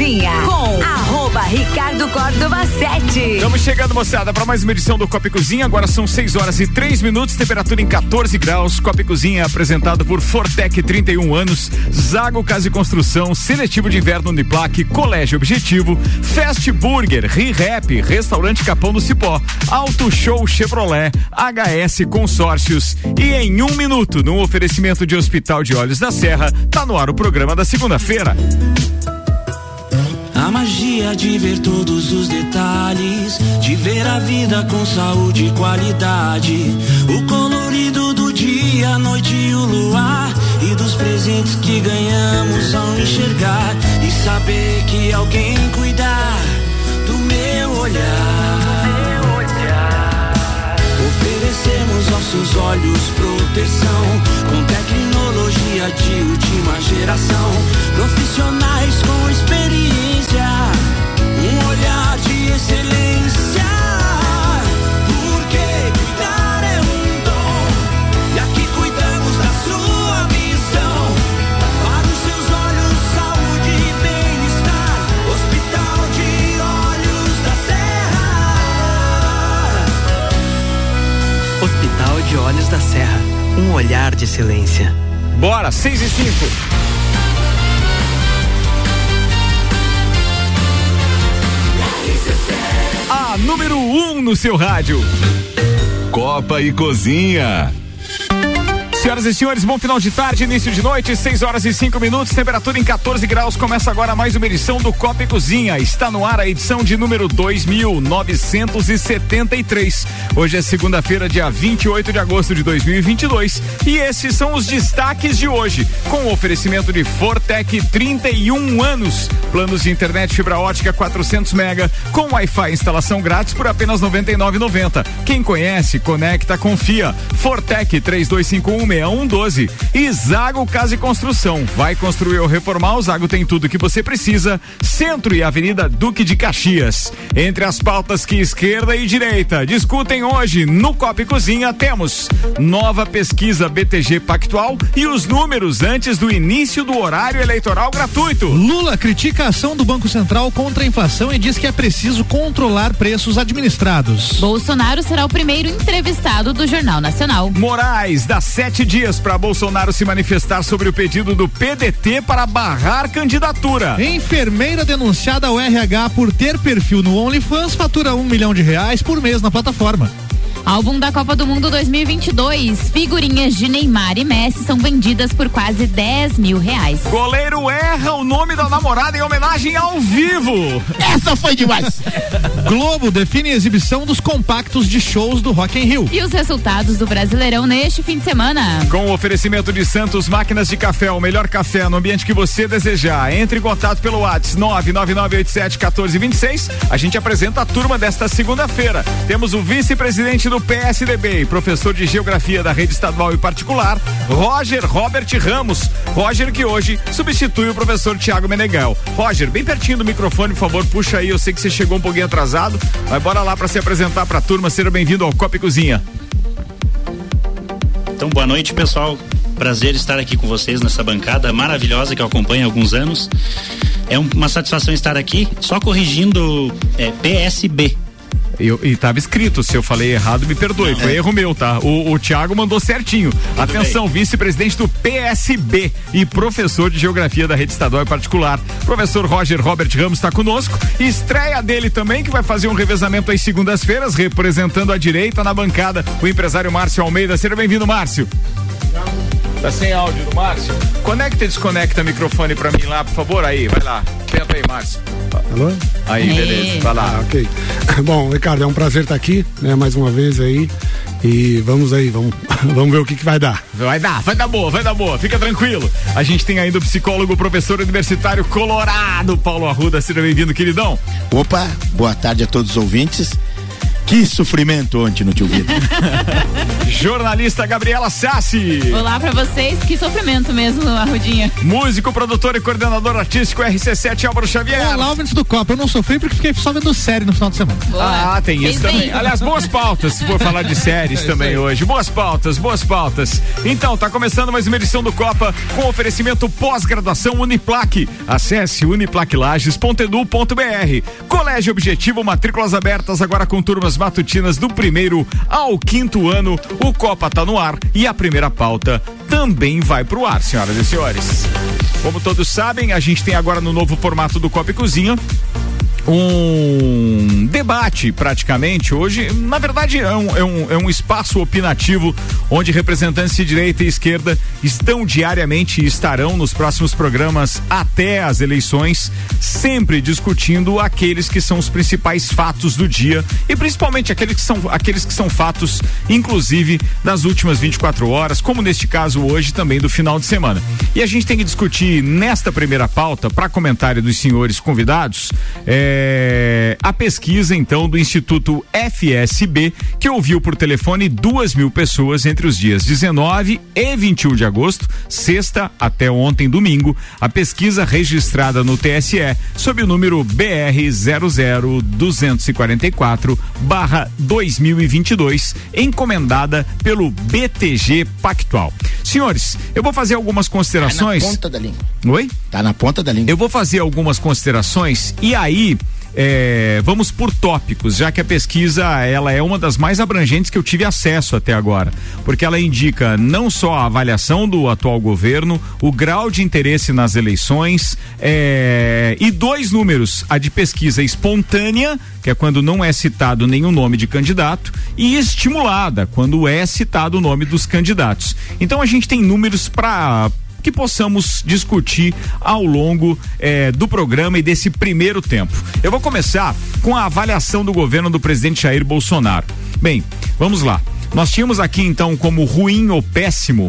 Cozinha com @Ricardo Córdova 7. Estamos chegando, moçada, para mais uma edição do Copa e Cozinha. Agora são 6h03, temperatura em 14 graus. Copa e Cozinha apresentado por Fortec, 31 anos, Zago Casa e Construção, Seletivo de Inverno Uniplac, Colégio Objetivo, Fast Burger, ReRap, Restaurante Capão do Cipó, Auto Show Chevrolet, HS Consórcios e em 1 minuto, no oferecimento de Hospital de Olhos da Serra, tá no ar o programa da segunda-feira. A magia de ver todos os detalhes, de ver a vida com saúde e qualidade, o colorido do dia, a noite e o luar, e dos presentes que ganhamos ao enxergar e saber que alguém cuidar do meu olhar. Oferecemos aos seus olhos proteção, com tecnologia de última geração, profissionais com experiência, um olhar de excelência, porque cuidar é um dom, e aqui cuidamos da sua visão, para os seus olhos, saúde e bem-estar, Hospital de Olhos da Serra. Hospital de Olhos da Serra, um olhar de excelência. Bora, 6h05. A número 1 no seu rádio. Copa e Cozinha. Senhoras e senhores, bom final de tarde, início de noite, 6h05, temperatura em 14 graus. Começa agora mais uma edição do Copa e Cozinha. Está no ar a edição de número 2973. Hoje é segunda-feira, dia 28 de agosto de 2022. E esses são os destaques de hoje. Com o oferecimento de Fortec, 31 anos. Planos de internet fibra ótica 400 mega, com Wi-Fi instalação grátis por apenas R$ 99,90. Quem conhece, conecta, confia. Fortec 32516112. E Zago Casa e Construção. Vai construir ou reformar, o Zago tem tudo que você precisa. Centro e Avenida Duque de Caxias. Entre as pautas que esquerda e direita discutem hoje no Copa e Cozinha, temos nova pesquisa BTG Pactual e os números antes do início do horário eleitoral gratuito. Lula critica a ação do Banco Central contra a inflação e diz que é preciso controlar preços administrados. Bolsonaro será o primeiro entrevistado do Jornal Nacional. Moraes dá 7 dias para Bolsonaro se manifestar sobre o pedido do PDT para barrar candidatura. Enfermeira denunciada ao RH por ter perfil no OnlyFans fatura R$1 milhão por mês na plataforma. Álbum da Copa do Mundo 2022. Figurinhas de Neymar e Messi são vendidas por quase R$10 mil. Goleiro erra o nome da namorada em homenagem ao vivo. Essa foi demais. Globo define a exibição dos compactos de shows do Rock in Rio. E os resultados do Brasileirão neste fim de semana. Com o oferecimento de Santos Máquinas de Café, o melhor café no ambiente que você desejar. Entre em contato pelo WhatsApp 999871426. A gente apresenta a turma desta segunda-feira. Temos o vice-presidente do PSDB e professor de Geografia da rede estadual e particular, Robert Ramos. Roger que hoje substitui o professor Tiago Meneghel. Roger, bem pertinho do microfone, por favor, puxa aí, eu sei que você chegou um pouquinho atrasado, mas bora lá para se apresentar para a turma. Seja bem-vindo ao Copa e Cozinha. Então, boa noite, pessoal. Prazer estar aqui com vocês nessa bancada maravilhosa que eu acompanho há alguns anos. É uma satisfação estar aqui, só corrigindo PSB. E tava escrito, se eu falei errado, me perdoe, foi erro meu, tá? O Thiago mandou certinho. Tudo Atenção, bem. Vice-presidente do PSB e professor de Geografia da rede estadual e particular, professor Robert Ramos está conosco. Estreia dele também, que vai fazer um revezamento às segundas-feiras, representando a direita na bancada, o empresário Márcio Almeida. Seja bem-vindo, Márcio. Tá sem áudio do Márcio? Conecta e desconecta o microfone pra mim lá, por favor, aí, vai lá. Tenta aí, Márcio. Alô? Aí, beleza, vai lá. Ok. Bom, Ricardo, é um prazer estar aqui, né, mais uma vez aí. E vamos aí, vamos ver o que vai dar. Vai dar boa, fica tranquilo. A gente tem ainda o psicólogo, professor universitário colorado, Paulo Arruda. Seja bem-vindo, queridão. Opa, boa tarde a todos os ouvintes. Que sofrimento ontem no Tio Vida. Jornalista Gabriela Sassi. Olá pra vocês, que sofrimento mesmo, Arrudinha. Músico, produtor e coordenador artístico RC7, Álvaro Xavier. Olá, ouvintes do Copa. Eu não sofri porque fiquei só vendo série no final de semana. Boa. Tem isso também. Aliás, boas pautas, se for falar de séries também hoje. Boas pautas. Então, tá começando mais uma edição do Copa com oferecimento pós-graduação Uniplac. Acesse uniplaclages.edu.br. Colégio Objetivo, matrículas abertas agora com turmas matutinas do 1º ao 5º ano. O Copa tá no ar e a primeira pauta também vai pro ar, senhoras e senhores. Como todos sabem, a gente tem agora no novo formato do Copa e Cozinha um debate praticamente hoje, na verdade é um espaço opinativo onde representantes de direita e esquerda estão diariamente e estarão nos próximos programas até as eleições, sempre discutindo aqueles que são os principais fatos do dia e principalmente aqueles que são fatos, inclusive das últimas 24 horas, como neste caso hoje também do final de semana. E a gente tem que discutir nesta primeira pauta, para comentário dos senhores convidados, a pesquisa então do Instituto FSB, que ouviu por telefone 2.000 pessoas entre os dias 19 e 21 de agosto, sexta até ontem, domingo. A pesquisa registrada no TSE sob o número BR 00244/2022, encomendada pelo BTG Pactual. Senhores, eu vou fazer algumas considerações. Tá na ponta da língua. Oi? Tá na ponta da língua. Eu vou fazer algumas considerações e aí vamos por tópicos, já que a pesquisa ela é uma das mais abrangentes que eu tive acesso até agora, porque ela indica não só a avaliação do atual governo, o grau de interesse nas eleições e 2 números, a de pesquisa espontânea, que é quando não é citado nenhum nome de candidato, e estimulada, quando é citado o nome dos candidatos. Então a gente tem números para que possamos discutir ao longo do programa e desse primeiro tempo. Eu vou começar com a avaliação do governo do presidente Jair Bolsonaro. Bem, vamos lá. Nós tínhamos aqui então como ruim ou péssimo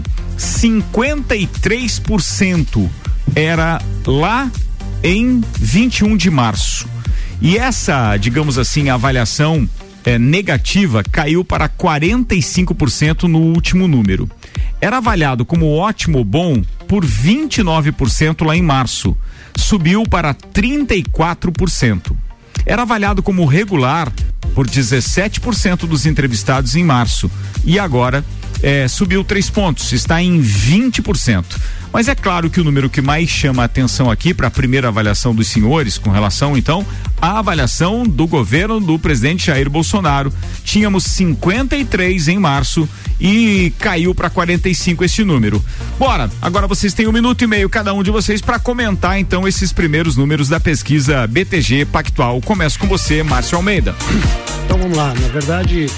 53% era lá em 21 de março. E essa, digamos assim, avaliação negativa caiu para 45% no último número. Era avaliado como ótimo ou bom por 29% lá em março, subiu para 34%. Era avaliado como regular por 17% dos entrevistados em março e agora subiu 3 pontos, está em 20%. Mas é claro que o número que mais chama a atenção aqui para a primeira avaliação dos senhores, com relação então à avaliação do governo do presidente Jair Bolsonaro, tínhamos 53 em março e caiu para 45 esse número. Bora, agora vocês têm 1 minuto e meio cada um de vocês para comentar então esses primeiros números da pesquisa BTG Pactual. Começo com você, Márcio Almeida. Então vamos lá, na verdade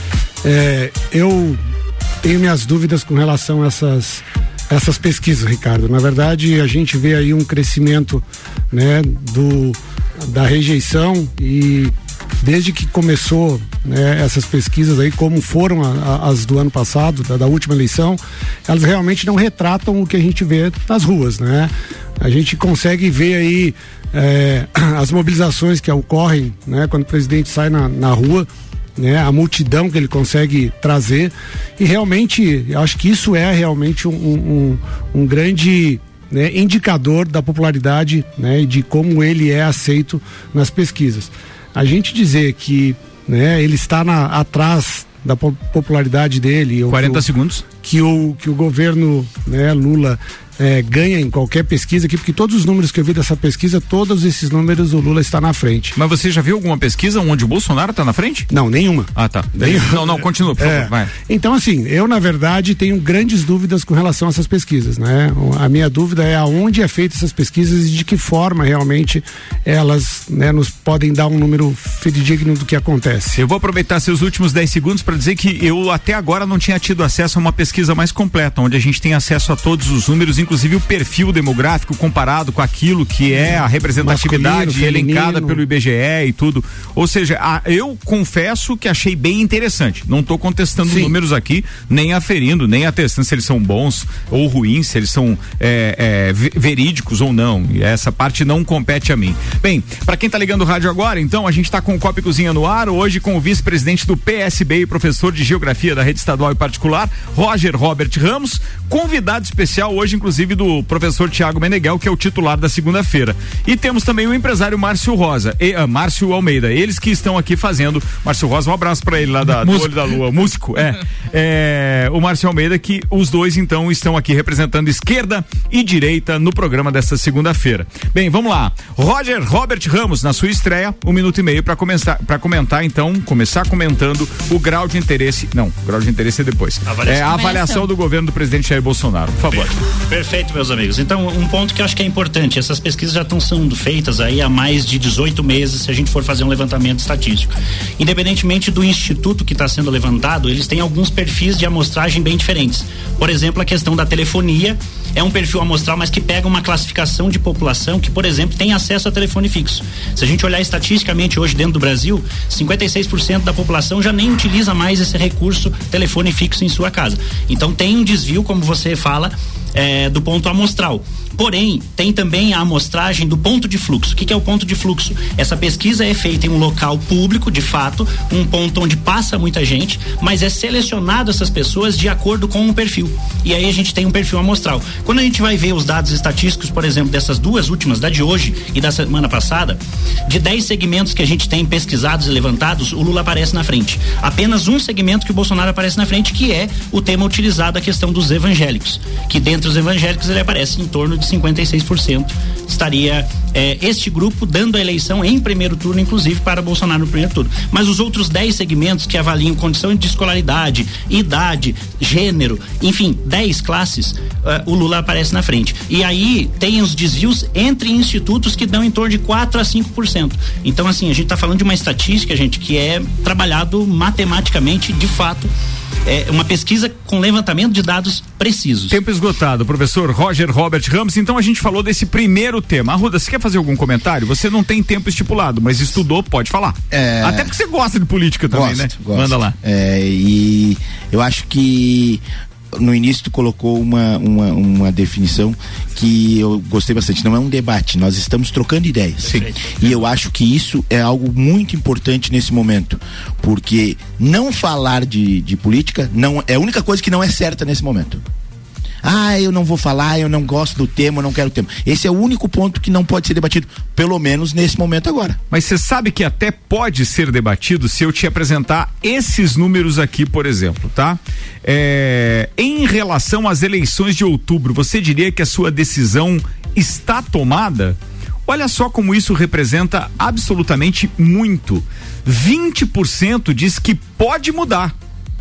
eu tenho minhas dúvidas com relação a essas pesquisas, Ricardo. Na verdade, a gente vê aí um crescimento, né, da rejeição e desde que começou, né, essas pesquisas aí, como foram as do ano passado, da última eleição, elas realmente não retratam o que a gente vê nas ruas, né? A gente consegue ver aí as mobilizações que ocorrem, né, quando o presidente sai na rua, né, a multidão que ele consegue trazer, e realmente eu acho que isso é realmente um grande, né, indicador da popularidade, né, e de como ele é aceito nas pesquisas. A gente dizer que, né, ele está atrás da popularidade dele, 40 segundos que o governo, né, Lula ganha em qualquer pesquisa aqui, porque todos os números que eu vi dessa pesquisa, todos esses números o Lula está na frente. Mas você já viu alguma pesquisa onde o Bolsonaro está na frente? Não, nenhuma. Ah, tá. Não, continua, por favor, vai. Então, assim, eu na verdade tenho grandes dúvidas com relação a essas pesquisas, né? A minha dúvida é aonde é feita essas pesquisas e de que forma realmente elas, né, nos podem dar um número fidedigno do que acontece. Eu vou aproveitar seus últimos 10 segundos para dizer que eu até agora não tinha tido acesso a uma pesquisa mais completa, onde a gente tem acesso a todos os números, inclusive o perfil demográfico comparado com aquilo que é a representatividade masculino, elencada pelo IBGE e tudo. Ou seja, eu confesso que achei bem interessante. Não estou contestando números aqui, nem aferindo, nem atestando se eles são bons ou ruins, se eles são verídicos ou não. E essa parte não compete a mim. Bem, para quem tá ligando o rádio agora, então, a gente tá com o Copa e Cozinha no ar, hoje com o vice-presidente do PSB e professor de Geografia da Rede Estadual e Particular, Roger Robert Ramos, convidado especial hoje, inclusive, do professor Tiago Meneghel, que é o titular da segunda-feira. E temos também o empresário Márcio Almeida, eles que estão aqui fazendo. Márcio Rosa, um abraço para ele lá do Olho da Lua, músico, o Márcio Almeida, que os dois então estão aqui representando esquerda e direita no programa desta segunda-feira. Bem, vamos lá. Roger Robert Ramos, na sua estreia, 1 minuto e meio para comentar então, começar comentando o grau de interesse. Não, o grau de interesse é depois. A avaliação do governo do presidente Jair Bolsonaro, por favor. Perfeito, meus amigos. Então, um ponto que eu acho que é importante, essas pesquisas já estão sendo feitas aí há mais de 18 meses, se a gente for fazer um levantamento estatístico. Independentemente do instituto que está sendo levantado, eles têm alguns perfis de amostragem bem diferentes. Por exemplo, a questão da telefonia é um perfil amostral, mas que pega uma classificação de população que, por exemplo, tem acesso a telefone fixo. Se a gente olhar estatisticamente hoje dentro do Brasil, 56% da população já nem utiliza mais esse recurso telefone fixo em sua casa. Então tem um desvio, como você fala, do ponto amostral. Porém, tem também a amostragem do ponto de fluxo. O que é o ponto de fluxo? Essa pesquisa é feita em um local público, de fato, um ponto onde passa muita gente, mas é selecionado essas pessoas de acordo com um perfil. E aí a gente tem um perfil amostral. Quando a gente vai ver os dados estatísticos, por exemplo, dessas duas últimas, da de hoje e da semana passada, de 10 segmentos que a gente tem pesquisados e levantados, o Lula aparece na frente. Apenas um segmento que o Bolsonaro aparece na frente, que é o tema utilizado, a questão dos evangélicos, que dentre os evangélicos ele aparece em torno de 56%. Estaria este grupo dando a eleição em primeiro turno, inclusive para Bolsonaro no primeiro turno. Mas os outros 10 segmentos que avaliam condição de escolaridade, idade, gênero, enfim, 10 classes, o Lula aparece na frente. E aí tem os desvios entre institutos que dão em torno de 4 a 5%. Então, assim, a gente está falando de uma estatística, gente, que é trabalhado matematicamente, de fato. É uma pesquisa com levantamento de dados precisos. Tempo esgotado, professor Roger Robert Ramos. Então a gente falou desse primeiro tema. Arruda, você quer fazer algum comentário? Você não tem tempo estipulado, mas estudou, pode falar. Até porque você gosta de política também, né? Gosto. Manda lá. E eu acho que no início tu colocou uma definição que eu gostei bastante. Não é um debate, nós estamos trocando ideias. Sim. E eu acho que isso é algo muito importante nesse momento, porque não falar de política não é a única coisa que não é certa nesse momento. Eu não vou falar, eu não gosto do tema, eu não quero o tema. Esse é o único ponto que não pode ser debatido, pelo menos nesse momento agora. Mas você sabe que até pode ser debatido se eu te apresentar esses números aqui, por exemplo, tá? Em relação às eleições de outubro, você diria que a sua decisão está tomada? Olha só como isso representa absolutamente muito. 20% diz que pode mudar.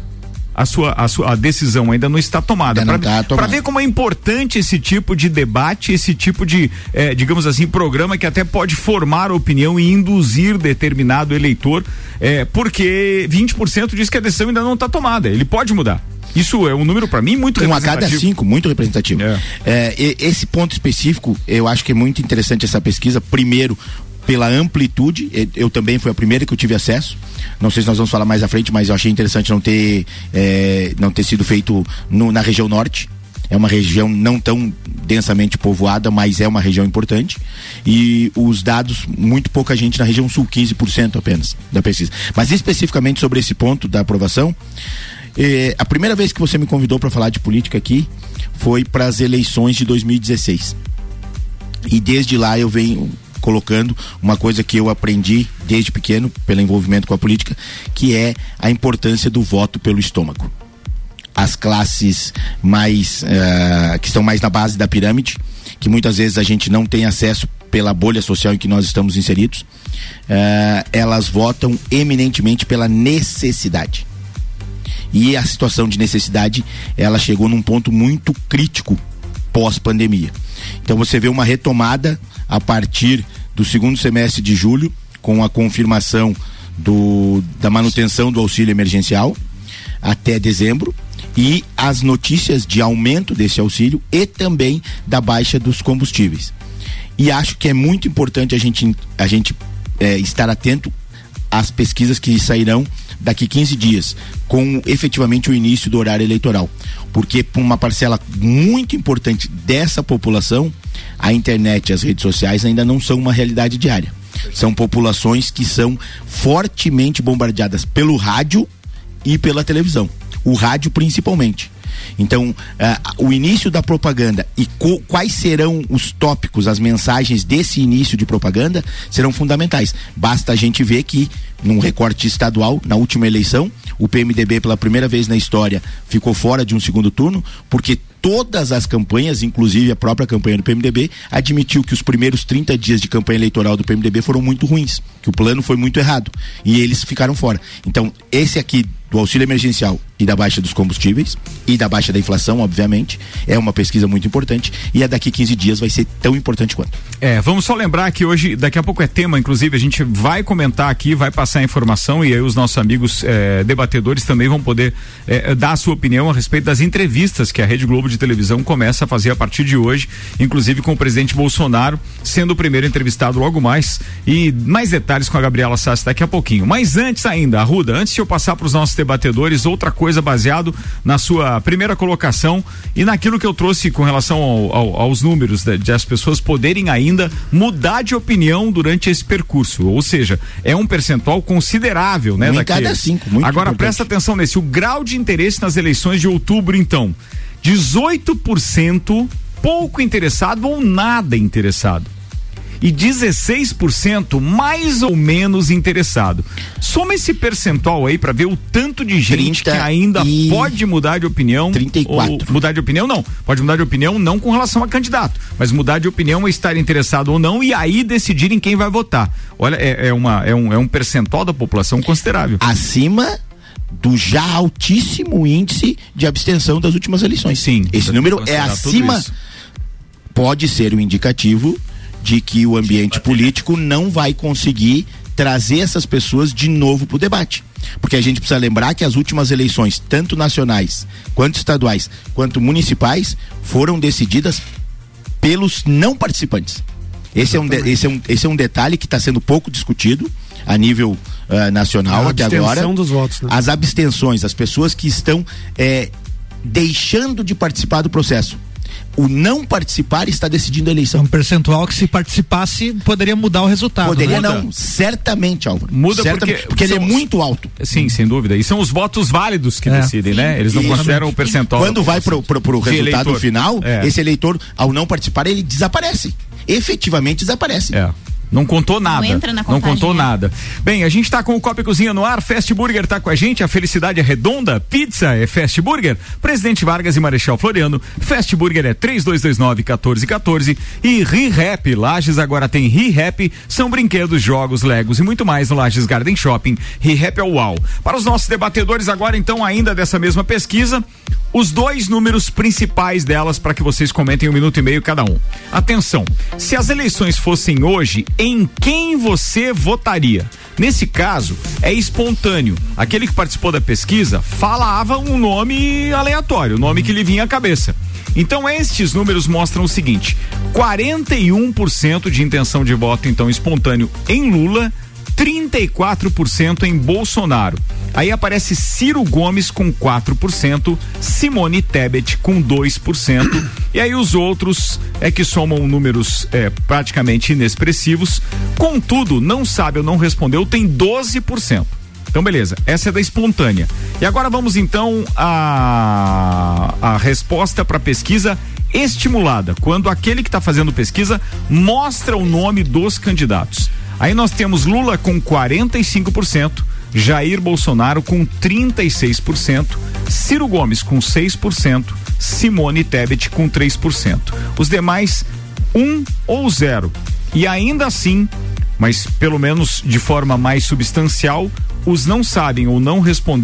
A decisão ainda não está tomada. Para ver como é importante esse tipo de debate, esse tipo de, digamos assim, programa que até pode formar opinião e induzir determinado eleitor, porque 20% diz que a decisão ainda não está tomada. Ele pode mudar. Isso é um número para mim muito representativo. A cada 5, muito representativo. Esse ponto específico, eu acho que é muito interessante essa pesquisa. Primeiro, pela amplitude, eu também fui a primeira que eu tive acesso. Não sei se nós vamos falar mais à frente, mas eu achei interessante não ter sido feito na região norte. É uma região não tão densamente povoada, mas é uma região importante. E os dados, muito pouca gente na região sul, 15% apenas da pesquisa. Mas especificamente sobre esse ponto da aprovação, a primeira vez que você me convidou para falar de política aqui foi para as eleições de 2016. E desde lá eu venho colocando uma coisa que eu aprendi desde pequeno, pelo envolvimento com a política, que é a importância do voto pelo estômago. As classes mais que estão mais na base da pirâmide, que muitas vezes a gente não tem acesso pela bolha social em que nós estamos inseridos, elas votam eminentemente pela necessidade. E a situação de necessidade, ela chegou num ponto muito crítico pós-pandemia. Então você vê uma retomada a partir do segundo semestre de julho, com a confirmação da manutenção do auxílio emergencial até dezembro, e as notícias de aumento desse auxílio e também da baixa dos combustíveis. E acho que é muito importante a gente estar atento às pesquisas que sairão daqui 15 dias, com efetivamente o início do horário eleitoral. Porque para uma parcela muito importante dessa população, a internet e as redes sociais ainda não são uma realidade diária. São populações que são fortemente bombardeadas pelo rádio e pela televisão. O rádio principalmente. Então, o início da propaganda e quais serão os tópicos, as mensagens desse início de propaganda serão fundamentais. Basta a gente ver que, num recorte estadual, na última eleição, o PMDB, pela primeira vez na história, ficou fora de um segundo turno, porque todas as campanhas, inclusive a própria campanha do PMDB, admitiu que os primeiros 30 dias de campanha eleitoral do PMDB foram muito ruins, que o plano foi muito errado, e eles ficaram fora. Então, esse aqui do auxílio emergencial e da baixa dos combustíveis e da baixa da inflação, obviamente, é uma pesquisa muito importante, e a daqui 15 dias vai ser tão importante quanto. Vamos só lembrar que hoje, daqui a pouco é tema, inclusive a gente vai comentar aqui, vai passar a informação, e aí os nossos amigos debatedores também vão poder dar a sua opinião a respeito das entrevistas que a Rede Globo de televisão começa a fazer a partir de hoje, inclusive com o presidente Bolsonaro sendo o primeiro entrevistado logo mais, e mais detalhes com a Gabriela Sassi daqui a pouquinho. Mas antes ainda, Arruda, antes de eu passar para os nossos debatedores, outra coisa baseado na sua primeira colocação e naquilo que eu trouxe com relação aos números de as pessoas poderem ainda mudar de opinião durante esse percurso, ou seja, é um percentual considerável, né? Em cada 5, muito Agora importante. presta atenção nesse, o grau de interesse nas eleições de outubro, então, 18% pouco interessado ou nada interessado, e 16% mais ou menos interessado. Soma esse percentual aí pra ver o tanto de gente que ainda pode mudar de opinião. 34. Ou mudar de opinião não, pode mudar de opinião não com relação a candidato, mas mudar de opinião é estar interessado ou não, e aí decidirem quem vai votar. Olha, é um percentual da população considerável. Acima do já altíssimo índice de abstenção das últimas eleições. Sim. Esse número é acima, pode ser um indicativo de que o ambiente político não vai conseguir trazer essas pessoas de novo para o debate. Porque a gente precisa lembrar que as últimas eleições, tanto nacionais, quanto estaduais, quanto municipais, foram decididas pelos não participantes. Esse é um detalhe que está sendo pouco discutido a nível nacional até agora. Dos votos, né? As abstenções, as pessoas que estão deixando de participar do processo. O não participar está decidindo a eleição. Um percentual que, se participasse, poderia mudar o resultado. Poderia né? Não, certamente, Álvaro. Muda porque ele é muito alto. Sim, sem dúvida. E são os votos válidos que decidem, né? Eles não consideram o percentual. Quando vai pro resultado final, esse eleitor, ao não participar, ele desaparece. Efetivamente desaparece. Não contou nada. Não entra na Não contagem, contou nada. Bem, a gente tá com o Copa e Cozinha no ar, Fast Burger tá com a gente, a felicidade é redonda, pizza é Fast Burger, Presidente Vargas e Marechal Floriano, Fast Burger é 3229-1414 e ReHap, Lages agora tem ReHap, são brinquedos, jogos, legos e muito mais no Lages Garden Shopping. ReHap é o UAU. Para os nossos debatedores agora, então, ainda dessa mesma pesquisa, os dois números principais delas para que vocês comentem 1 minuto e meio cada um. Atenção, se as eleições fossem hoje, em quem você votaria? Nesse caso, é espontâneo. Aquele que participou da pesquisa falava um nome aleatório, o nome que lhe vinha à cabeça. Então, estes números mostram o seguinte: 41% de intenção de voto, então, espontâneo em Lula, 34% em Bolsonaro. Aí aparece Ciro Gomes com 4%, Simone Tebet com 2%, e aí os outros que somam números praticamente inexpressivos. Contudo, não sabe ou não respondeu, tem 12%. Então, beleza, essa é da espontânea. E agora vamos então a resposta para a pesquisa estimulada, quando aquele que está fazendo pesquisa mostra o nome dos candidatos. Aí nós temos Lula com 45%, Jair Bolsonaro com 36%, Ciro Gomes com 6%, Simone Tebet com 3%. Os demais, 1 ou 0. E ainda assim, mas pelo menos de forma mais substancial, os não sabem ou não responderam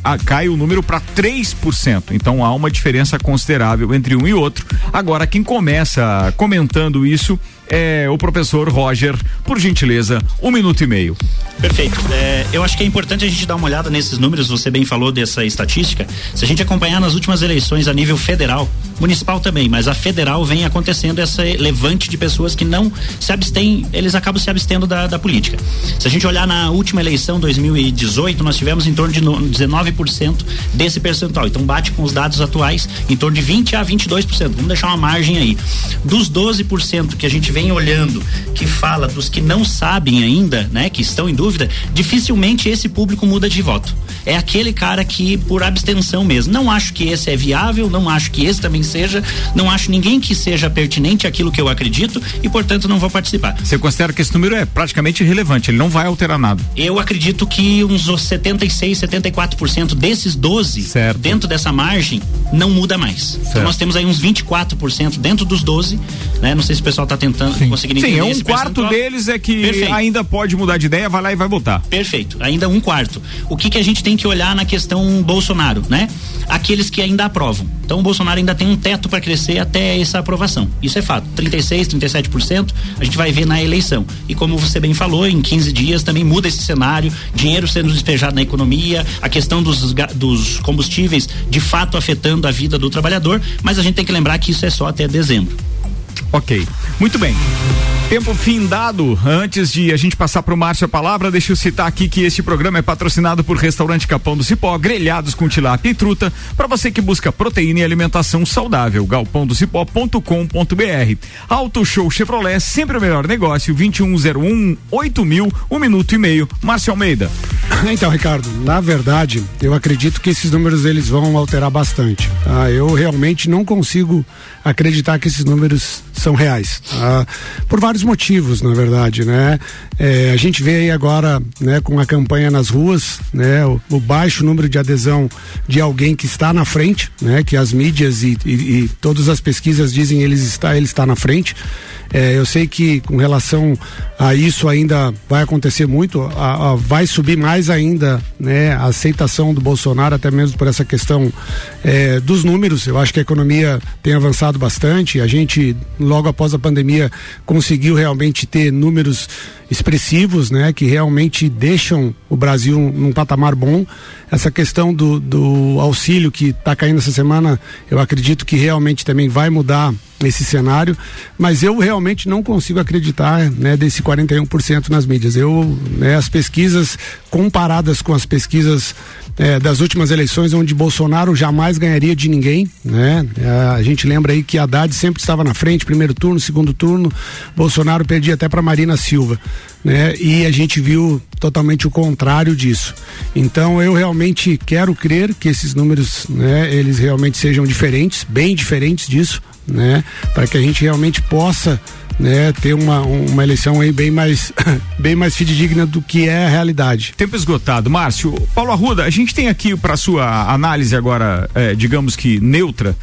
cai o número para 3%. Então há uma diferença considerável entre um e outro. Agora, quem começa comentando isso é o professor Roger, por gentileza, 1 minuto e meio. Perfeito. Eu acho que é importante a gente dar uma olhada nesses números, você bem falou dessa estatística. Se a gente acompanhar nas últimas eleições a nível federal, municipal também, mas a federal vem acontecendo essa levante de pessoas que não se abstêm, eles acabam se abstendo da política. Se a gente olhar na última eleição, 2018, nós tivemos em torno de 19% desse percentual. Então bate com os dados atuais em torno de 20 a 22%. Vamos deixar uma margem aí. Dos 12% que a gente vem olhando, que fala dos que não sabem ainda, né, que estão em dúvida, dificilmente esse público muda de voto. É aquele cara que, por abstenção mesmo, não acho que esse é viável, não acho que esse também seja, não acho ninguém que seja pertinente àquilo que eu acredito e, portanto, não vou participar. Você considera que esse número é praticamente irrelevante, ele não vai alterar nada? Eu acredito que uns 76, 74% desses 12, certo, dentro dessa margem, não muda mais. Certo. Então nós temos aí uns 24% dentro dos 12, né? Não sei se o pessoal está tentando conseguir entender. Sim, é um quarto deles é que perfeito, ainda pode mudar de ideia, vai lá e vai votar. Perfeito, ainda um quarto. O que a gente tem que olhar na questão Bolsonaro, né? Aqueles que ainda aprovam. Então o Bolsonaro ainda tem um teto para crescer até essa aprovação. Isso é fato. 36, 37% a gente vai ver na eleição. E como você bem falou, em 15 dias também muda esse cenário, dinheiro sendo despejado na economia, a questão dos combustíveis de fato afetando a vida do trabalhador, mas a gente tem que lembrar que isso é só até dezembro. Ok, muito bem. Tempo findado. Antes de a gente passar para o Márcio a palavra, deixa eu citar aqui que este programa é patrocinado por Restaurante Capão do Cipó, grelhados com tilápia e truta, para você que busca proteína e alimentação saudável. galpondocipó.com.br. Auto Show Chevrolet, sempre o melhor negócio, 2101-8000, 1 minuto e meio. Márcio Almeida. Então, Ricardo, na verdade, eu acredito que esses números eles vão alterar bastante. Tá? Eu realmente não consigo acreditar que esses números são reais. Tá? Por vários motivos, na verdade, né? A gente vê aí agora, né, com a campanha nas ruas, né, o baixo número de adesão de alguém que está na frente, né, que as mídias e todas as pesquisas dizem ele está na frente. Eu sei que com relação a isso ainda vai acontecer muito, vai subir mais ainda, né, a aceitação do Bolsonaro, até mesmo por essa questão dos números. Eu acho que a economia tem avançado bastante, a gente logo após a pandemia conseguiu realmente ter números expressivos, né, que realmente deixam o Brasil num patamar bom. Essa questão do auxílio que está caindo essa semana, eu acredito que realmente também vai mudar esse cenário, mas eu realmente não consigo acreditar, né, desse 41% nas mídias. As pesquisas comparadas com as pesquisas das últimas eleições, onde Bolsonaro jamais ganharia de ninguém, né? A gente lembra aí que Haddad sempre estava na frente, primeiro turno, segundo turno, Bolsonaro perdia até para Marina Silva, né? E a gente viu totalmente o contrário disso. Então eu realmente quero crer que esses números, né, eles realmente sejam diferentes, bem diferentes disso, né? Para que a gente realmente possa, né, ter uma eleição aí bem mais fidedigna do que é a realidade. Tempo esgotado. Márcio, Paulo Arruda, a gente tem aqui para sua análise agora, digamos que neutra,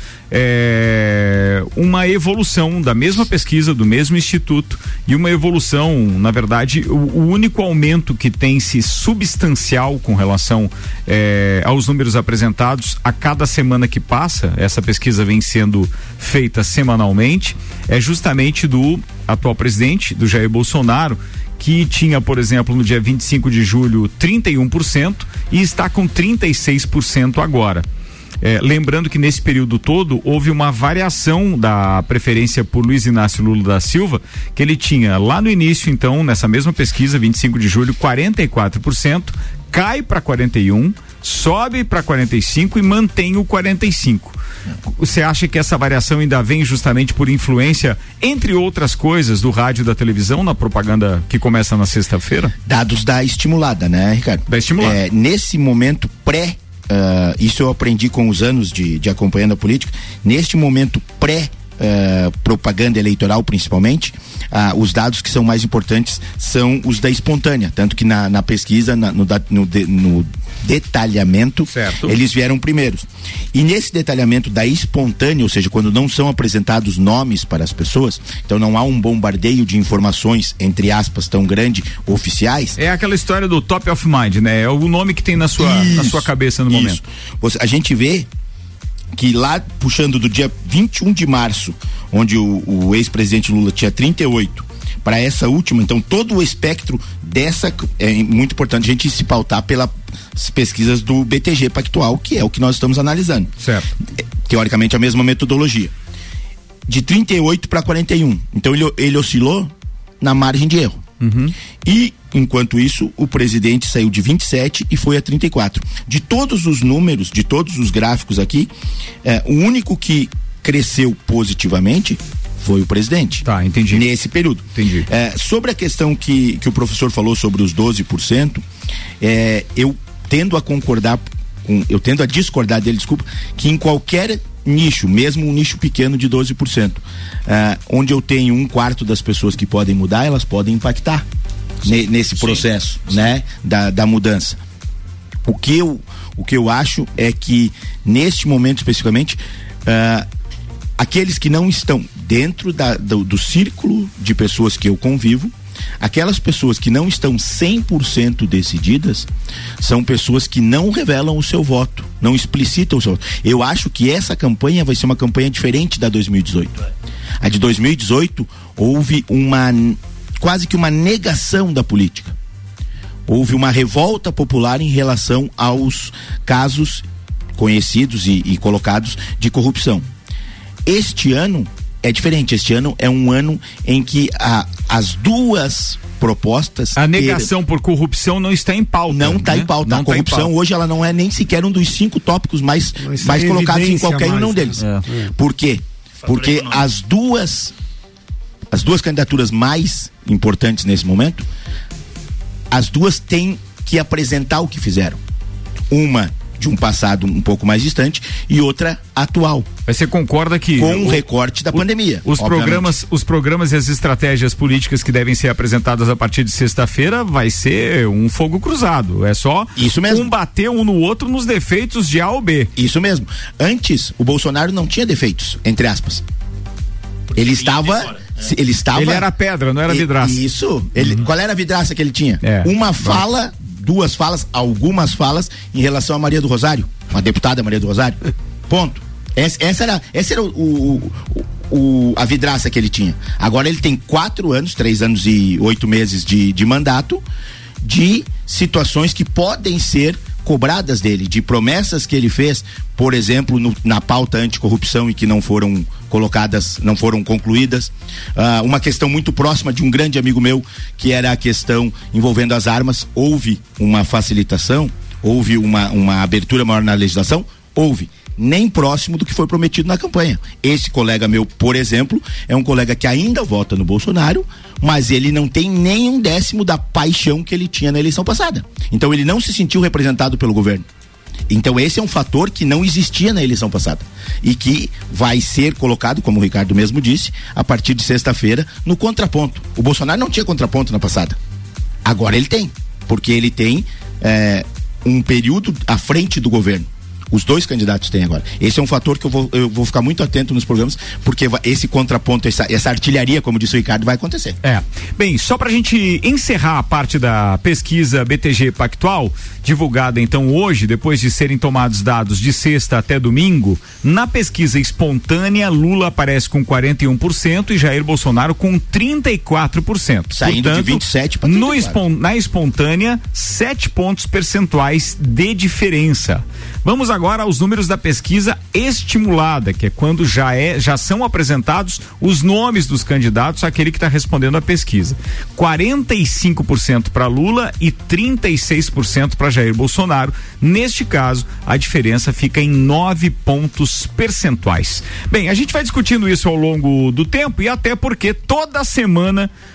uma evolução da mesma pesquisa, do mesmo instituto, e uma evolução, na verdade, o único aumento que tem-se substancial com relação aos números apresentados a cada semana que passa, essa pesquisa vem sendo feita semanalmente, é justamente do atual presidente, do Jair Bolsonaro, que tinha, por exemplo, no dia 25 de julho 31% e está com 36% agora. Lembrando que nesse período todo houve uma variação da preferência por Luiz Inácio Lula da Silva, que ele tinha lá no início, então, nessa mesma pesquisa, 25 de julho, 44%, cai para 41%, sobe para 45% e mantém o 45%. Você acha que essa variação ainda vem justamente por influência, entre outras coisas, do rádio e da televisão na propaganda que começa na sexta-feira? Dados da estimulada, né, Ricardo? Da estimulada. Nesse momento isso eu aprendi com os anos de acompanhando a política. Neste momento propaganda eleitoral principalmente, os dados que são mais importantes são os da espontânea, tanto que na pesquisa, no detalhamento, certo, eles vieram primeiros. E nesse detalhamento da espontânea, ou seja, quando não são apresentados nomes para as pessoas, então não há um bombardeio de informações, entre aspas, tão grande, oficiais. É aquela história do top of mind, né? É o nome que tem na sua cabeça no momento. A gente vê que lá, puxando do dia 21 de março, onde o ex-presidente Lula tinha 38, para essa última, então todo o espectro dessa, é muito importante a gente se pautar pelas pesquisas do BTG Pactual, que é o que nós estamos analisando. Certo. Teoricamente a mesma metodologia. De 38 para 41. Então ele oscilou na margem de erro. Uhum. E, enquanto isso, o presidente saiu de 27 e foi a 34. De todos os números, de todos os gráficos aqui, o único que cresceu positivamente foi o presidente. Tá, entendi. Nesse período. Entendi. Sobre a questão que o professor falou sobre os 12%, eu tendo a discordar dele, desculpa, que em qualquer nicho, mesmo um nicho pequeno de 12%, onde eu tenho 1/4 das pessoas que podem mudar, elas podem impactar nesse processo, né, da mudança. O que eu acho é que neste momento especificamente, aqueles que não estão dentro do círculo de pessoas que eu convivo, aquelas pessoas que não estão 100% decididas, são pessoas que não revelam o seu voto, não explicitam o seu voto. Eu acho que essa campanha vai ser uma campanha diferente da 2018. A de 2018 houve quase que uma negação da política. Houve uma revolta popular em relação aos casos conhecidos e colocados de corrupção. Este ano é diferente. Este ano é um ano em que as duas propostas... A negação por corrupção não está em pauta. Não está, né, em pauta. A corrupção hoje ela não é nem sequer um dos 5 tópicos mais colocados em qualquer um deles. Por quê? Porque as duas candidaturas mais importantes nesse momento, as duas têm que apresentar o que fizeram. Uma de um passado um pouco mais distante e outra atual. Mas você concorda que... Com o recorte da pandemia. Os programas e as estratégias políticas que devem ser apresentadas a partir de sexta-feira vai ser um fogo cruzado. É só isso mesmo, bater um no outro nos defeitos de A ou B. Isso mesmo. Antes, o Bolsonaro não tinha defeitos, entre aspas. Ele era pedra, não era vidraça. Isso. Qual era a vidraça que ele tinha? Uma fala... 2 falas, algumas falas em relação a Maria do Rosário, uma deputada Maria do Rosário. Ponto. Essa era a vidraça que ele tinha. Agora ele tem 3 anos e 8 meses de mandato, de situações que podem ser cobradas dele, de promessas que ele fez, por exemplo, na pauta anticorrupção e que não foram colocadas, não foram concluídas. Uma questão muito próxima de um grande amigo meu, que era a questão envolvendo as armas. Houve uma facilitação, houve uma abertura maior na legislação? Houve. Nem próximo do que foi prometido na campanha. Esse colega meu, por exemplo, é um colega que ainda vota no Bolsonaro, mas ele não tem nem 1/10 da paixão que ele tinha na eleição passada. Então ele não se sentiu representado pelo governo. Então esse é um fator que não existia na eleição passada e que vai ser colocado, como o Ricardo mesmo disse, a partir de sexta-feira, no contraponto. O Bolsonaro não tinha contraponto na passada. Agora ele tem, porque ele tem um período à frente do governo. Os 2 candidatos têm agora. Esse é um fator que eu vou ficar muito atento nos programas, porque esse contraponto, essa artilharia, como disse o Ricardo, vai acontecer. Bem, só pra gente encerrar a parte da pesquisa BTG Pactual, divulgada então hoje, depois de serem tomados dados de sexta até domingo, na pesquisa espontânea, Lula aparece com 41% e Jair Bolsonaro com 34%. Saindo, portanto, de 27 para 34. Na espontânea, 7 pontos percentuais de diferença. Vamos agora aos números da pesquisa estimulada, que é quando já são apresentados os nomes dos candidatos àquele que está respondendo a pesquisa. 45% para Lula e 36% para Jair Bolsonaro. Neste caso, a diferença fica em 9 pontos percentuais. Bem, a gente vai discutindo isso ao longo do tempo e até porque toda semana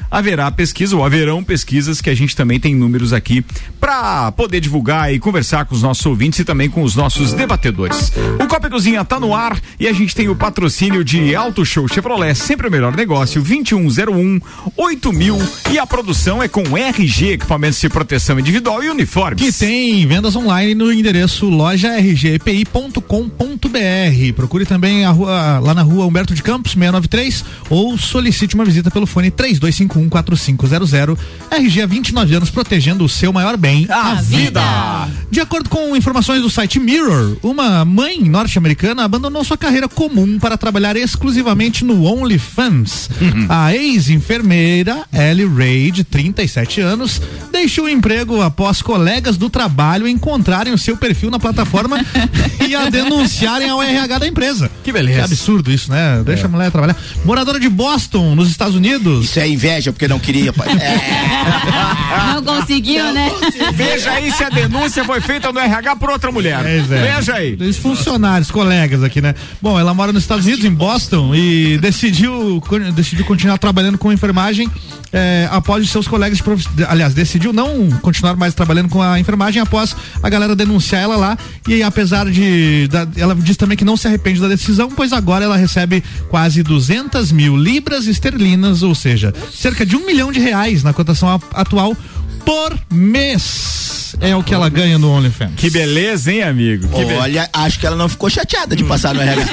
haverão pesquisas que a gente também tem números aqui para poder divulgar e conversar com os nossos ouvintes e também com os nossos debatedores. O Copa e Cozinha tá no ar e a gente tem o patrocínio de Auto Show Chevrolet, sempre o melhor negócio, 2101-8000, e a produção é com RG, equipamentos de proteção individual e uniformes. Que tem vendas online no endereço lojargpi.com.br. Procure também lá na rua Humberto de Campos, 693, ou solicite uma visita pelo fone 3251-4500. RG há 29 anos protegendo o seu maior bem, a vida. De acordo com informações do site Mirror, uma mãe norte-americana abandonou sua carreira comum para trabalhar exclusivamente no OnlyFans. A ex-enfermeira Ellie Ray, de 37 anos, deixou o emprego após colegas do trabalho encontrarem o seu perfil na plataforma e a denunciarem ao RH da empresa. Que beleza. Que absurdo isso, né? Deixa a mulher trabalhar. Moradora de Boston, nos Estados Unidos. Isso é inveja, porque não queria. Não conseguiu, né? Veja aí se a denúncia foi feita no RH por outra mulher. Veja aí. Os funcionários, colegas aqui, né? Bom, ela mora nos Estados Unidos, em Boston, e decidiu continuar trabalhando com enfermagem após os seus colegas decidiu não continuar mais trabalhando com a enfermagem após a galera denunciar ela lá, e apesar ela diz também que não se arrepende da decisão, pois agora ela recebe quase 200 mil libras esterlinas, ou seja, cerca de R$1 milhão na cotação atual por mês. É o que ela ganha no OnlyFans. Que beleza, hein, amigo? Olha, acho que ela não ficou chateada de passar no RH.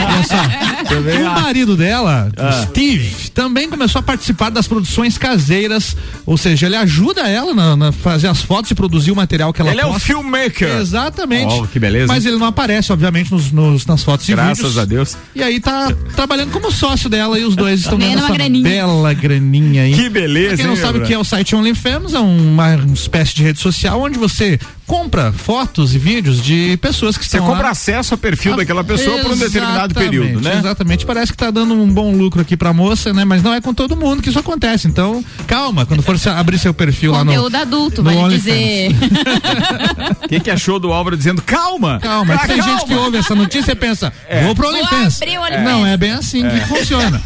O marido dela, Steve, também começou a participar das produções caseiras, ou seja, ele ajuda ela na fazer as fotos e produzir o material que ela posta. Ele é um filmmaker. Exatamente. Oh, que beleza. Mas ele não aparece, obviamente, nas fotos e vídeos. Graças a Deus. E aí tá trabalhando como sócio dela, e os dois estão ganhando essa graninha. Bela graninha aí. Que beleza, pra quem não sabe o que é o site OnlyFans, é uma espécie de rede social onde você compra fotos e vídeos de pessoas que estão lá. Você compra acesso ao perfil daquela pessoa por um determinado período, né? Exatamente, parece que tá dando um bom lucro aqui pra moça, né? Mas não é com todo mundo que isso acontece, então calma, quando for abrir seu perfil lá no... Conteúdo adulto, vale dizer. O que achou do Álvaro dizendo calma? Calma, tem gente que ouve essa notícia e pensa, vou pro OnlyFans. Não, é bem assim que funciona.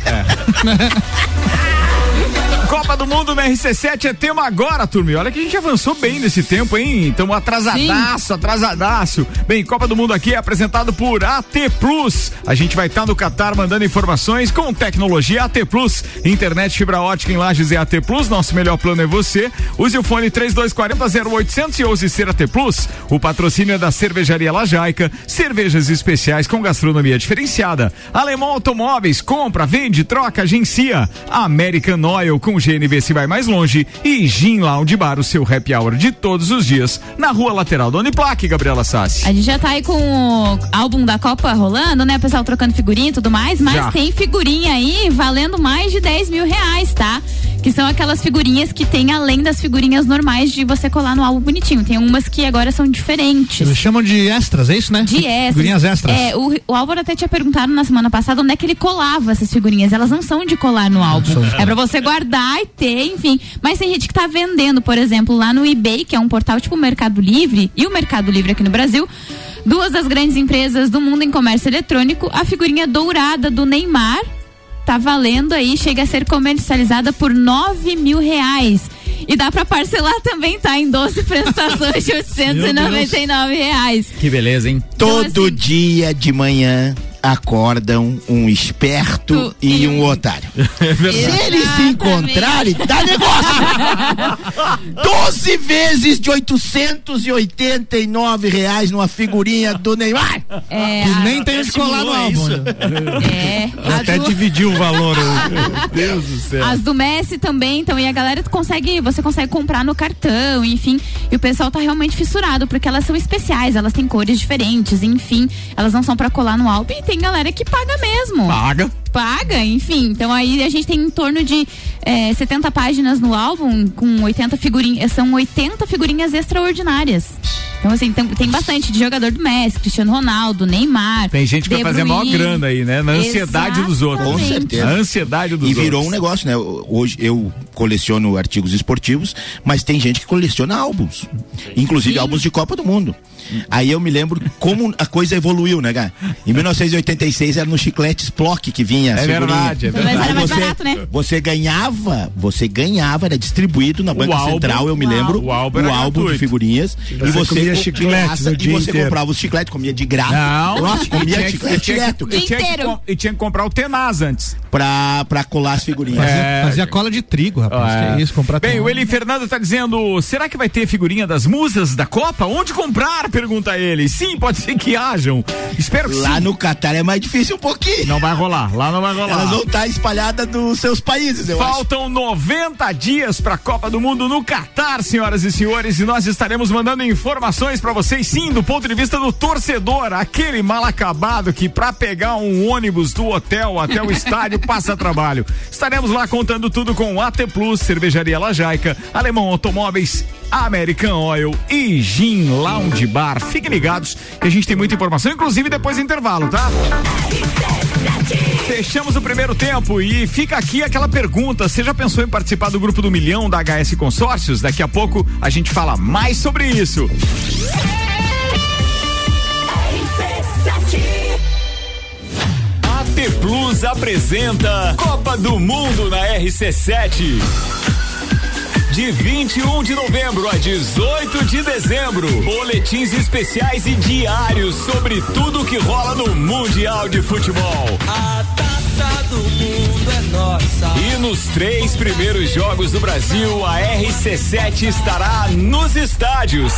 Copa do Mundo na RC7 é tema agora, turma. Olha que a gente avançou bem nesse tempo, hein? Estamos atrasadaço. Bem, Copa do Mundo aqui é apresentado por AT Plus. A gente vai estar no Catar mandando informações com tecnologia AT Plus. Internet fibra ótica em Lages é AT Plus. Nosso melhor plano é você. Use o fone 3240-0800 e ouse ser AT Plus. O patrocínio é da Cervejaria Lajaica. Cervejas especiais com gastronomia diferenciada. Alemão Automóveis, compra, vende, troca, agencia. American Oil com GNV se vai mais longe, e Gin Lounge Bar, o seu happy hour de todos os dias, na rua lateral da Uniplac, Gabriela Sassi. A gente já tá aí com o álbum da Copa rolando, né? O pessoal trocando figurinha e tudo mais, mas tem figurinha aí valendo mais de R$10 mil, tá? Que são aquelas figurinhas que tem além das figurinhas normais de você colar no álbum bonitinho. Tem umas que agora são diferentes. Eles chamam de extras, é isso, né? De extras. Figurinhas extras. O Álvaro até tinha perguntado na semana passada onde é que ele colava essas figurinhas. Elas não são de colar no álbum. É pra você guardar e ter, enfim. Mas tem gente que tá vendendo, por exemplo, lá no eBay, que é um portal tipo o Mercado Livre, e o Mercado Livre aqui no Brasil, duas das grandes empresas do mundo em comércio eletrônico, a figurinha dourada do Neymar tá valendo aí, chega a ser comercializada por R$9 mil. E dá pra parcelar também, tá? Em 12 prestações de R$899. Que beleza, hein? Todo então, assim, dia de manhã acordam um esperto e um otário. Se eles se encontrarem, dá negócio. 12 vezes de R$889 numa figurinha do Neymar. Nem tem escolar no álbum. Até dividiu o valor. Meu Deus do céu. As do Messi também, então, e a galera você consegue comprar no cartão, enfim, e o pessoal tá realmente fissurado, porque elas são especiais, elas têm cores diferentes, enfim, elas não são pra colar no álbum, e tem galera que paga mesmo. Paga, enfim. Então aí a gente tem em torno de 70 páginas no álbum, com 80 figurinhas. São 80 figurinhas extraordinárias. Então, assim, tem bastante de jogador do Messi, Cristiano Ronaldo, Neymar. Tem gente que vai fazer maior grana aí, né? Na ansiedade dos outros. Com certeza. Na ansiedade dos outros. E virou um negócio, né? Hoje eu coleciono artigos esportivos, mas tem gente que coleciona álbuns. Inclusive álbuns de Copa do Mundo. Aí eu me lembro como a coisa evoluiu, né, cara? Em 1986 era no chiclete Splock que vinha. É verdade, é verdade. Mas era mais barato, né? Você ganhava, era distribuído na Banca Central, eu me lembro, o álbum de figurinhas. E você comia chicletes o dia você inteiro. comprava os chicletes, comia de graça. Não. Nossa, comia chiclete direto. E tinha que comprar o Tenaz antes. Pra colar as figurinhas. Fazia cola de trigo, rapaz. Que é isso, comprar. Bem, o Eli Fernando tá dizendo, será que vai ter figurinha das musas da Copa? Onde comprar? Pergunta ele. Sim, pode ser que hajam. Espero que lá sim. no Catar é mais difícil um pouquinho. Não vai rolar, lá não vai rolar. Elas vão estar espalhadas nos seus países, eu acho. Faltam 90 dias pra Copa do Mundo no Catar, senhoras e senhores, e nós estaremos mandando informações pra vocês, sim, do ponto de vista do torcedor, aquele mal acabado que pra pegar um ônibus do hotel até o estádio passa trabalho. Estaremos lá contando tudo com AT Plus, Cervejaria Lajaica, Alemão Automóveis, American Oil e Gin Lounge Bar. Fiquem ligados que a gente tem muita informação, inclusive depois do intervalo, tá? Fechamos o primeiro tempo e fica aqui aquela pergunta, você já pensou em participar do grupo do milhão da HS Consórcios? Daqui a pouco a gente fala mais sobre isso. AT Plus apresenta Copa do Mundo na RC7. De 21 de novembro a 18 de dezembro, boletins especiais e diários sobre tudo que rola no Mundial de Futebol. A taça do mundo é nossa. E nos 3 primeiros jogos do Brasil, a RC7 estará nos estádios.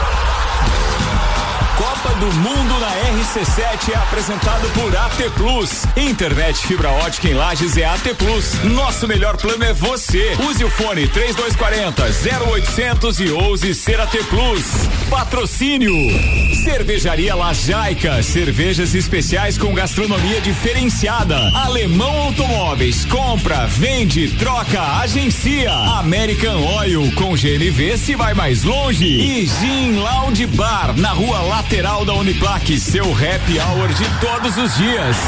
Copa do Mundo na RC7 é apresentado por AT Plus. Internet fibra ótica em Lages é AT Plus. Nosso melhor plano é você. Use o fone 3240-0800 e ouse ser AT Plus. Patrocínio Cervejaria Lajaica, cervejas especiais com gastronomia diferenciada. Alemão Automóveis, compra, vende, troca, agencia. American Oil, com GNV se vai mais longe. E Gin Lounge Bar, na rua lateral da Uniplac, seu happy hour de todos os dias.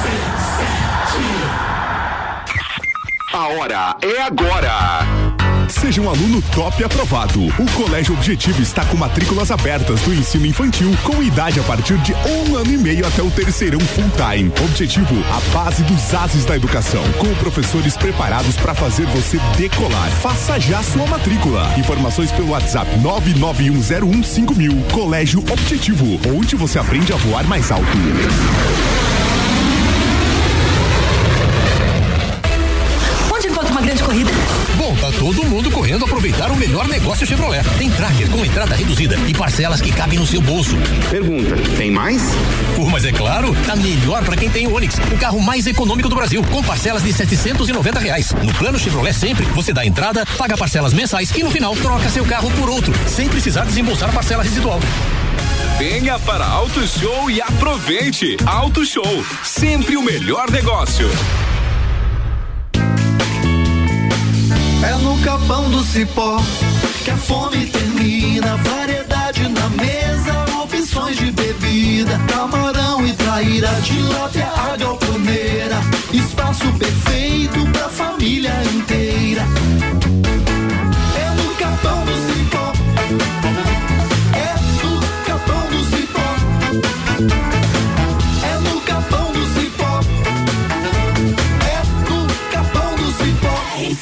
A hora é agora. Seja um aluno top aprovado. O Colégio Objetivo está com matrículas abertas do ensino infantil com idade a partir de 1 ano e meio até o terceirão full time. Objetivo, a base dos ases da educação, com professores preparados para fazer você decolar. Faça já sua matrícula. Informações pelo WhatsApp 991015000. Colégio Objetivo, onde você aprende a voar mais alto. Onde encontra uma grande corrida? Bom, tá todo mundo correndo aproveitar o melhor negócio Chevrolet. Tem Tracker com entrada reduzida e parcelas que cabem no seu bolso. Pergunta, tem mais? Mas é claro, tá melhor pra quem tem o Onix, o carro mais econômico do Brasil, com parcelas de R$790. No plano Chevrolet Sempre, você dá entrada, paga parcelas mensais e no final troca seu carro por outro, sem precisar desembolsar parcela residual. Venha para Auto Show e aproveite. Auto Show, sempre o melhor negócio. É no Capão do Cipó que a fome termina, variedade na mesa, opções de bebida, camarão e traíra, tilápia, a galponeira, espaço perfeito pra família inteira. É no Capão do Cipó, é no Capão do Cipó, é no Capão do Cipó, é no Capão do Cipó.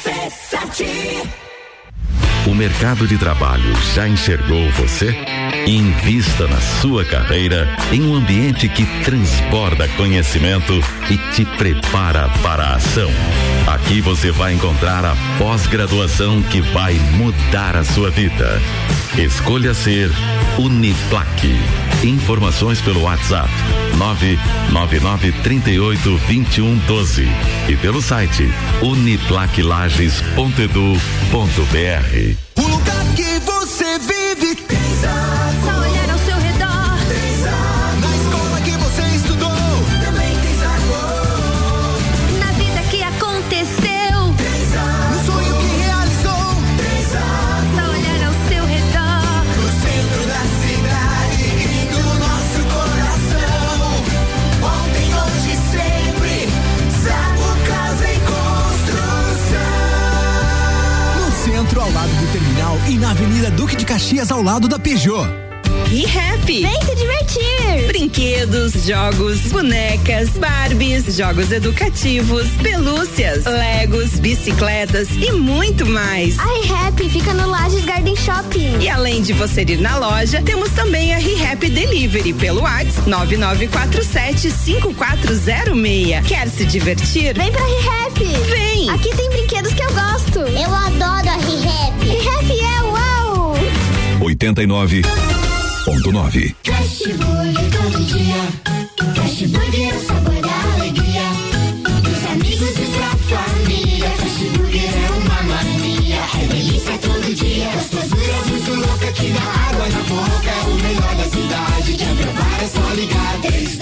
O mercado de trabalho já enxergou você? Invista na sua carreira em um ambiente que transborda conhecimento e te prepara para a ação. Aqui você vai encontrar a pós-graduação que vai mudar a sua vida. Escolha ser Uniplac. Informações pelo WhatsApp 999382112 e pelo site uniplaclages.edu.br. O lugar que você vive tem só olhar ao seu redor. Na escola que você estudou também tem sabor. Na vida que aconteceu, no sonho que realizou, só olhar ao seu redor. no centro da cidade e do nosso coração. Ontem, hoje, sempre, Zago Casa em Construção. No centro, ao lado do terminal, e na Avenida Duque de Caxias, ao lado da Peugeot. ReHap. Vem se divertir. Brinquedos, jogos, bonecas, Barbies, jogos educativos, pelúcias, Legos, bicicletas e muito mais. A ReHap fica no Lages Garden Shopping. E além de você ir na loja, temos também a ReHap Delivery pelo WhatsApp 9947-5406. Quer se divertir? Vem pra ReHap. Vem! Aqui tem brinquedos que eu gosto. Eu adoro a ReHap. ReHap é uau! 89.9. Fast Burger todo dia. Fast Burger é o sabor da alegria. Dos amigos e pra família. Fast Burger é uma mania. É delícia todo dia. Gostosura muito louca que dá água na boca. É o melhor da cidade. Quer provar é só ligar.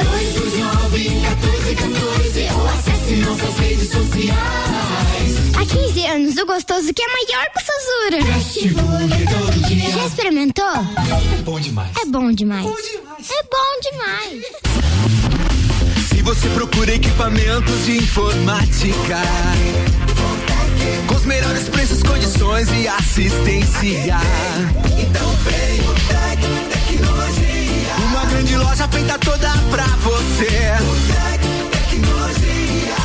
3229-1414 ou acesse nossas redes sociais. Há 15 anos, o gostoso que é maior que o Sazura. Fast Burger todo dia. Já experimentou? É bom demais. É bom demais. Bom demais. É bom demais. Se você procura equipamentos de informática, com os melhores preços, condições e assistência, então vem o Tecnologia. Uma grande loja feita toda pra você. O Tecnologia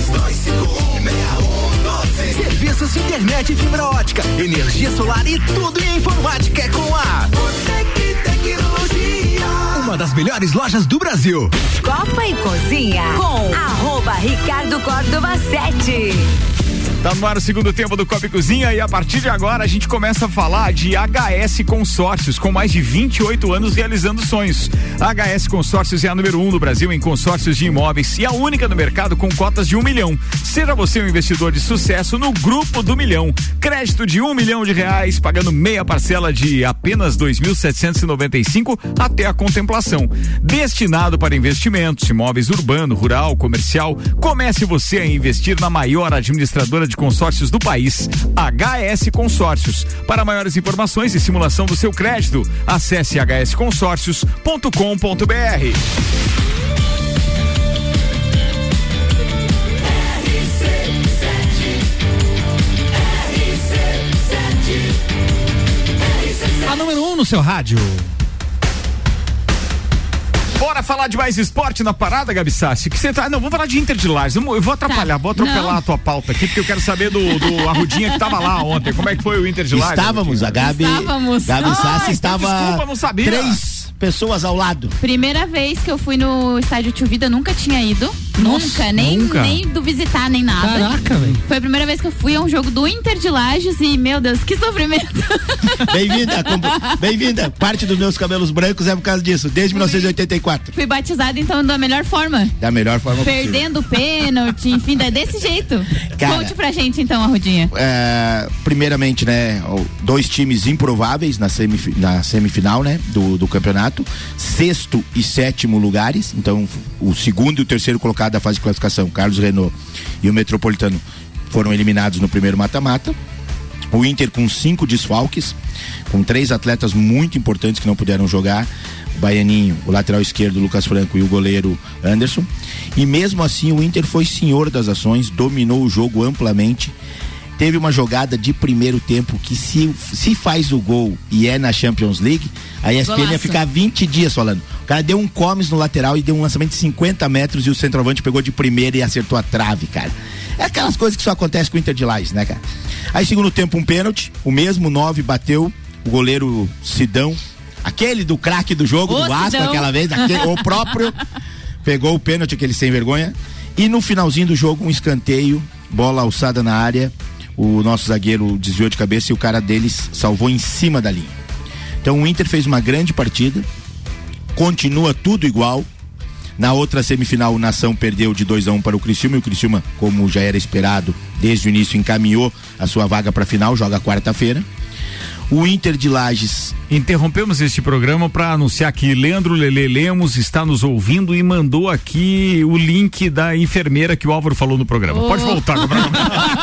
32516112. Serviços de internet e fibra ótica, energia solar e tudo em informática é com a Tecnologia. Uma das melhores lojas do Brasil. Copa e Cozinha com @Ricardo Córdova 7. Tá no ar o segundo tempo do Copa e Cozinha e a partir de agora a gente começa a falar de HS Consórcios, com mais de 28 anos realizando sonhos. A HS Consórcios é a número 1 no Brasil em consórcios de imóveis e a única no mercado com cotas de 1 milhão. Seja você um investidor de sucesso no Grupo do Milhão. Crédito de R$1 milhão, pagando meia parcela de apenas 2.795 até a contemplação. Destinado para investimentos, imóveis urbano, rural, comercial. Comece você a investir na maior administradora de consórcios do país, HS Consórcios. Para maiores informações e simulação do seu crédito, acesse hsconsórcios.com.br. A número 1 no seu rádio. Bora falar de mais esporte na parada, Gabi Sassi? Que você tá... Não, vamos falar de Inter de Lages. Eu vou atrapalhar, vou atropelar a tua pauta aqui, porque eu quero saber do Arrudinha que tava lá ontem. Como é que foi o Inter de Lages? Estávamos, a Gabi. Gabi Sassi estava. Desculpa, não sabia. 3 pessoas ao lado. Primeira vez que eu fui no estádio Tio Vida, nunca tinha ido. Nossa, nem do visitar, nem nada. Caraca, velho. Foi a primeira vez que eu fui a um jogo do Inter de Lages e, meu Deus, que sofrimento. Bem-vinda. Parte dos meus cabelos brancos é por causa disso, desde 1984. Fui batizada, então, da melhor forma. Da melhor forma Perdendo pênalti, enfim, desse jeito. Cara, conte pra gente, então, Arrudinha. Primeiramente, né, 2 times improváveis na semifinal, né, do campeonato. 6º e 7º lugares, então o 2º e o 3º colocado da fase de classificação, Carlos Renault e o Metropolitano, foram eliminados no primeiro mata-mata. O Inter com 5 desfalques, com 3 atletas muito importantes que não puderam jogar, o Baianinho, o lateral esquerdo Lucas Franco e o goleiro Anderson. E mesmo assim o Inter foi senhor das ações, dominou o jogo amplamente. Teve uma jogada de primeiro tempo que se faz o gol e é na Champions League, a ESPN ia ficar 20 dias falando. O cara deu um comes no lateral e deu um lançamento de 50 metros e o centroavante pegou de primeira e acertou a trave, cara. É aquelas coisas que só acontecem com o Inter de Lages, né, cara? Aí segundo tempo um pênalti, o mesmo 9 bateu, o goleiro Sidão, aquele do craque do jogo, do Vasco aquela vez, o próprio, pegou o pênalti, aquele sem vergonha. E no finalzinho do jogo um escanteio, bola alçada na área, o nosso zagueiro desviou de cabeça e o cara deles salvou em cima da linha. Então o Inter fez uma grande partida, continua tudo igual. Na outra semifinal o Nação perdeu de 2-1 para o Criciúma, e o Criciúma, como já era esperado desde o início, encaminhou a sua vaga para a final, joga quarta-feira. O Inter de Lages. Interrompemos este programa para anunciar que Leandro Lelê Lemos está nos ouvindo e mandou aqui o link da enfermeira que o Álvaro falou no programa. Pode voltar com o programa.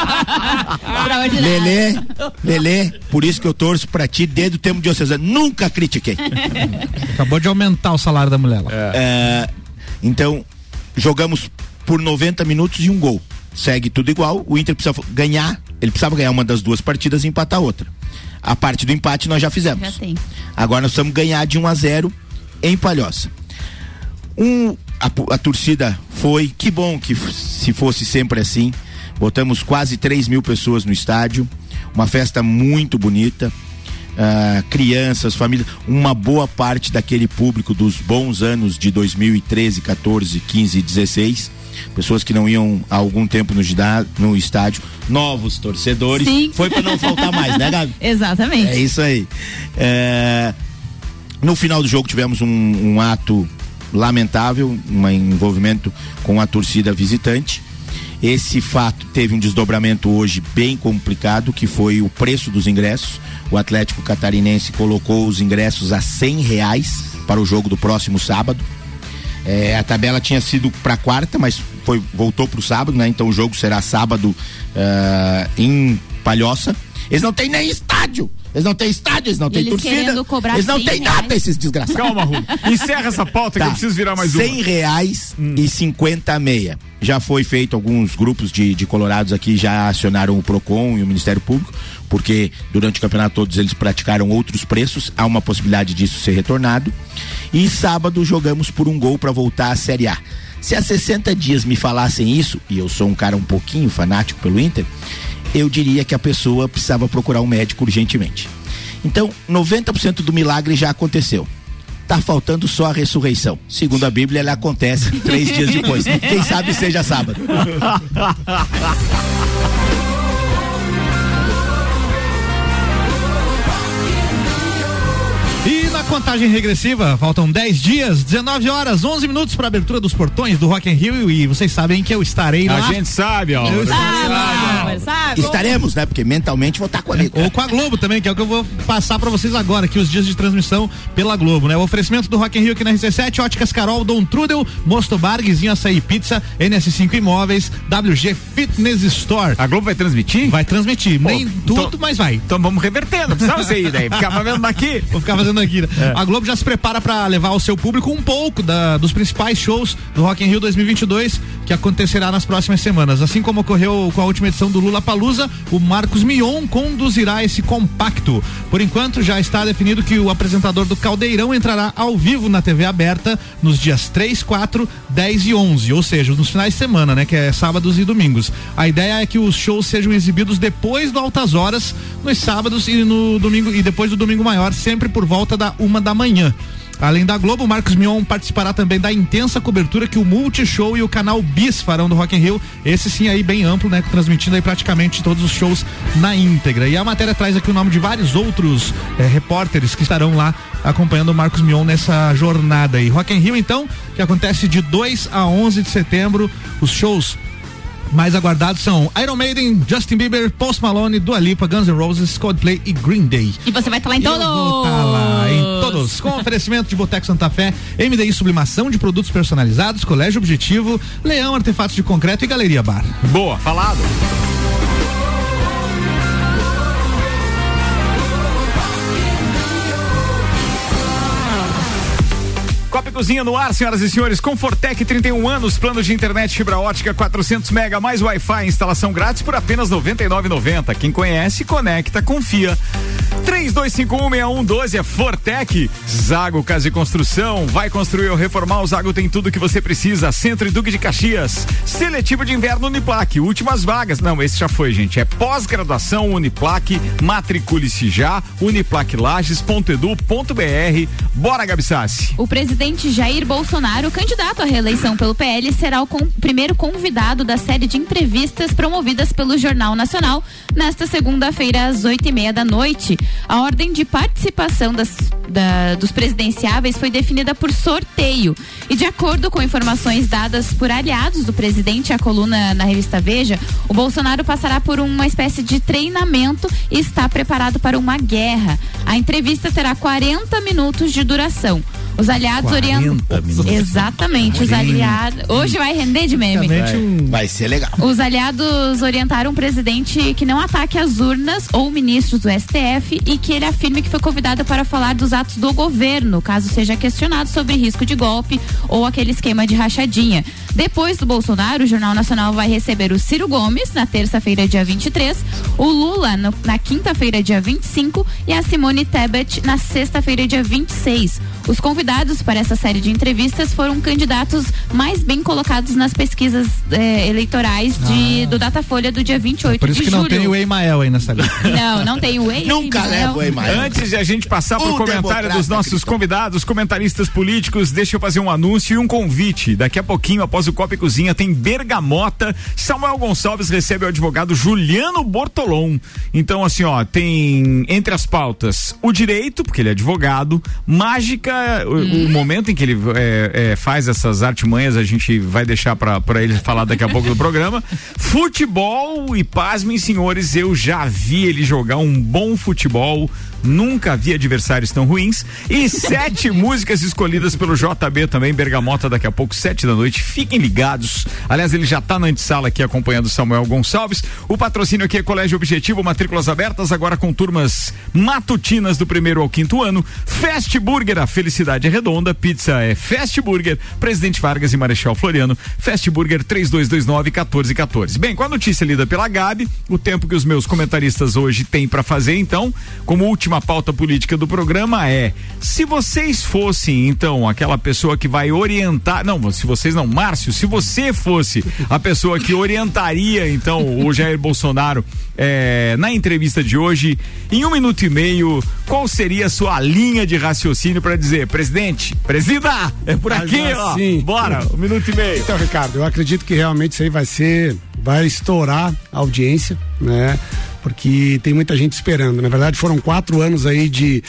Lelê, por isso que eu torço pra ti desde o tempo diocesano. Nunca critiquei. Acabou de aumentar o salário da mulher lá. Então, jogamos por 90 minutos e um gol. Segue tudo igual. O Inter precisava ganhar. Ele precisava ganhar uma das 2 partidas e empatar a outra. A parte do empate nós já fizemos. Já tem. Agora nós precisamos ganhar de 1-0 em Palhoça. A torcida foi, que bom que se fosse sempre assim. Botamos quase 3.000 pessoas no estádio, uma festa muito bonita. Crianças, famílias, uma boa parte daquele público dos bons anos de 2013, 14, 15 e 16, pessoas que não iam há algum tempo no estádio, novos torcedores. Sim. Foi para não faltar mais, né, Gabi? Exatamente. É isso aí. No final do jogo tivemos um ato lamentável, um envolvimento com a torcida visitante. Esse fato teve um desdobramento hoje bem complicado, que foi o preço dos ingressos. O Atlético Catarinense colocou os ingressos a R$100 para o jogo do próximo sábado. A tabela tinha sido para quarta, mas voltou para o sábado, né? Então o jogo será sábado em Palhoça. Eles não têm nem estádio. Eles não têm torcida. Eles não têm nada, esses desgraçados. Calma, Rui. Encerra essa pauta que eu preciso virar mais uma. R$100 e meia. Já foi feito, alguns grupos de colorados aqui já acionaram o Procon e o Ministério Público, porque durante o campeonato todos eles praticaram outros preços. Há uma possibilidade disso ser retornado. E sábado jogamos por um gol para voltar à Série A. Se há 60 dias me falassem isso, e eu sou um cara um pouquinho fanático pelo Inter, eu diria que a pessoa precisava procurar um médico urgentemente. Então, 90% do milagre já aconteceu. Tá faltando só a ressurreição. Segundo a Bíblia, ela acontece 3 dias depois. Quem sabe seja sábado. E na contagem regressiva, faltam 10 dias, 19 horas, 11 minutos para a abertura dos portões do Rock in Rio, e vocês sabem que eu estarei lá. A gente sabe, ó. Sabe. Estaremos, né? Porque mentalmente vou estar com a Globo. Ou com a Globo também, que é o que eu vou passar para vocês agora, aqui os dias de transmissão pela Globo, né? O oferecimento do Rock in Rio aqui na RC7, Óticas Carol, Dom Trudel, Mosto Bar, Guizinho Açaí Pizza, NS5 Imóveis, WG Fitness Store. A Globo vai transmitir? Vai transmitir, nem tudo, mas vai. Então vamos revertendo, precisava ser aí daí, ficava vendo daqui. Vou ficar fazendo aqui, né? A Globo já se prepara para levar ao seu público um pouco dos principais shows do Rock in Rio 2022, que acontecerá nas próximas semanas. Assim como ocorreu com a última edição do Lollapalooza, o Marcos Mion conduzirá esse compacto. Por enquanto, já está definido que o apresentador do Caldeirão entrará ao vivo na TV aberta nos dias 3, 4, 10 e 11, ou seja, nos finais de semana, né? Que é sábados e domingos. A ideia é que os shows sejam exibidos depois do Altas Horas, nos sábados e no domingo, e depois do Domingo Maior, sempre por volta da 1 da manhã. Além da Globo, o Marcos Mion participará também da intensa cobertura que o Multishow e o canal Bis farão do Rock in Rio. Esse sim aí bem amplo, né? Transmitindo aí praticamente todos os shows na íntegra. E a matéria traz aqui o nome de vários outros repórteres que estarão lá acompanhando o Marcos Mion nessa jornada aí. Rock in Rio, então, que acontece de 2 a 11 de setembro. Os shows mais aguardados são Iron Maiden, Justin Bieber, Post Malone, Dua Lipa, Guns N' Roses, Coldplay e Green Day. E você vai estar lá em todos. Eu vou estar lá em todos, com oferecimento de Boteco Santa Fé, MDI Sublimação de produtos personalizados, Colégio Objetivo, Leão Artefatos de Concreto e Galeria Bar. Boa, falado. Copa e Cozinha no ar, senhoras e senhores, com Fortec, 31 anos, plano de internet fibra ótica 400 mega mais Wi-Fi, instalação grátis por apenas R$ 99,90. Quem conhece, conecta, confia. 32516112 é Fortec. Zago Casa e Construção, vai construir ou reformar, o Zago tem tudo que você precisa. Centro e Duque de Caxias. Seletivo de inverno Uniplac, últimas vagas. Não, esse já foi, gente. É pós-graduação Uniplac, matricule-se já, uniplaclages.edu.br. Bora, Gabi Sassi. O presidente Jair Bolsonaro, candidato à reeleição pelo PL, será o primeiro convidado da série de entrevistas promovidas pelo Jornal Nacional nesta segunda-feira às 8:30 da noite. A ordem de participação dos presidenciáveis foi definida por sorteio e, de acordo com informações dadas por aliados do presidente à coluna na revista Veja, o Bolsonaro passará por uma espécie de treinamento e está preparado para uma guerra. A entrevista terá 40 minutos de duração. Os aliados orientam. Exatamente, os aliados. Hoje vai render de meme. Vai ser legal. Os aliados orientaram o presidente que não ataque as urnas ou ministros do STF e que ele afirme que foi convidado para falar dos atos do governo, caso seja questionado sobre risco de golpe ou aquele esquema de rachadinha. Depois do Bolsonaro, o Jornal Nacional vai receber o Ciro Gomes na terça-feira, dia 23, o Lula na quinta-feira, dia 25 e a Simone Tebet na sexta-feira, dia 26. Os convidados para essa série de entrevistas foram candidatos mais bem colocados nas pesquisas eleitorais do Datafolha do dia 28 de julho. Por isso que não tem o Emael aí nessa lista. Não tem o Emael. Nunca leva o Emael. Antes de a gente passar pro comentário dos nossos convidados, comentaristas políticos, deixa eu fazer um anúncio e um convite. Daqui a pouquinho, após o Copa e Cozinha, tem Bergamota. Samuel Gonçalves recebe o advogado Juliano Bortolom. Então, assim, ó, tem entre as pautas o direito, porque ele é advogado, mágica, o momento em que ele faz essas artimanhas, a gente vai deixar pra ele falar daqui a pouco do programa. Futebol e pasmem, senhores, eu já vi ele jogar um bom futebol, nunca vi adversários tão ruins. E 7 músicas escolhidas pelo JB também, Bergamota daqui a pouco, 7 da noite, fiquem ligados. Aliás, ele já tá na antessala aqui acompanhando o Samuel Gonçalves. O patrocínio aqui é Colégio Objetivo, matrículas abertas agora com turmas matutinas do 1º ao 5º ano. Fast Burger, a felicidade é redonda, pizza é Fast Burger, Presidente Vargas e Marechal Floriano. Fast Burger 3229-1414. Bem, com a notícia lida pela Gabi, o tempo que os meus comentaristas hoje têm para fazer, então, como última pauta política do programa é: se vocês fossem, então, aquela pessoa que vai orientar, não, se vocês não, Márcio, se você fosse a pessoa que orientaria, então, o Jair Bolsonaro na entrevista de hoje, em 1 minuto e meio, qual seria a sua linha de raciocínio para dizer: presidente, presida, é por aqui, assim, ó, bora, 1 minuto e meio. Então, Ricardo, eu acredito que realmente isso aí vai estourar a audiência, né? Porque tem muita gente esperando. Na verdade, foram 4 anos aí de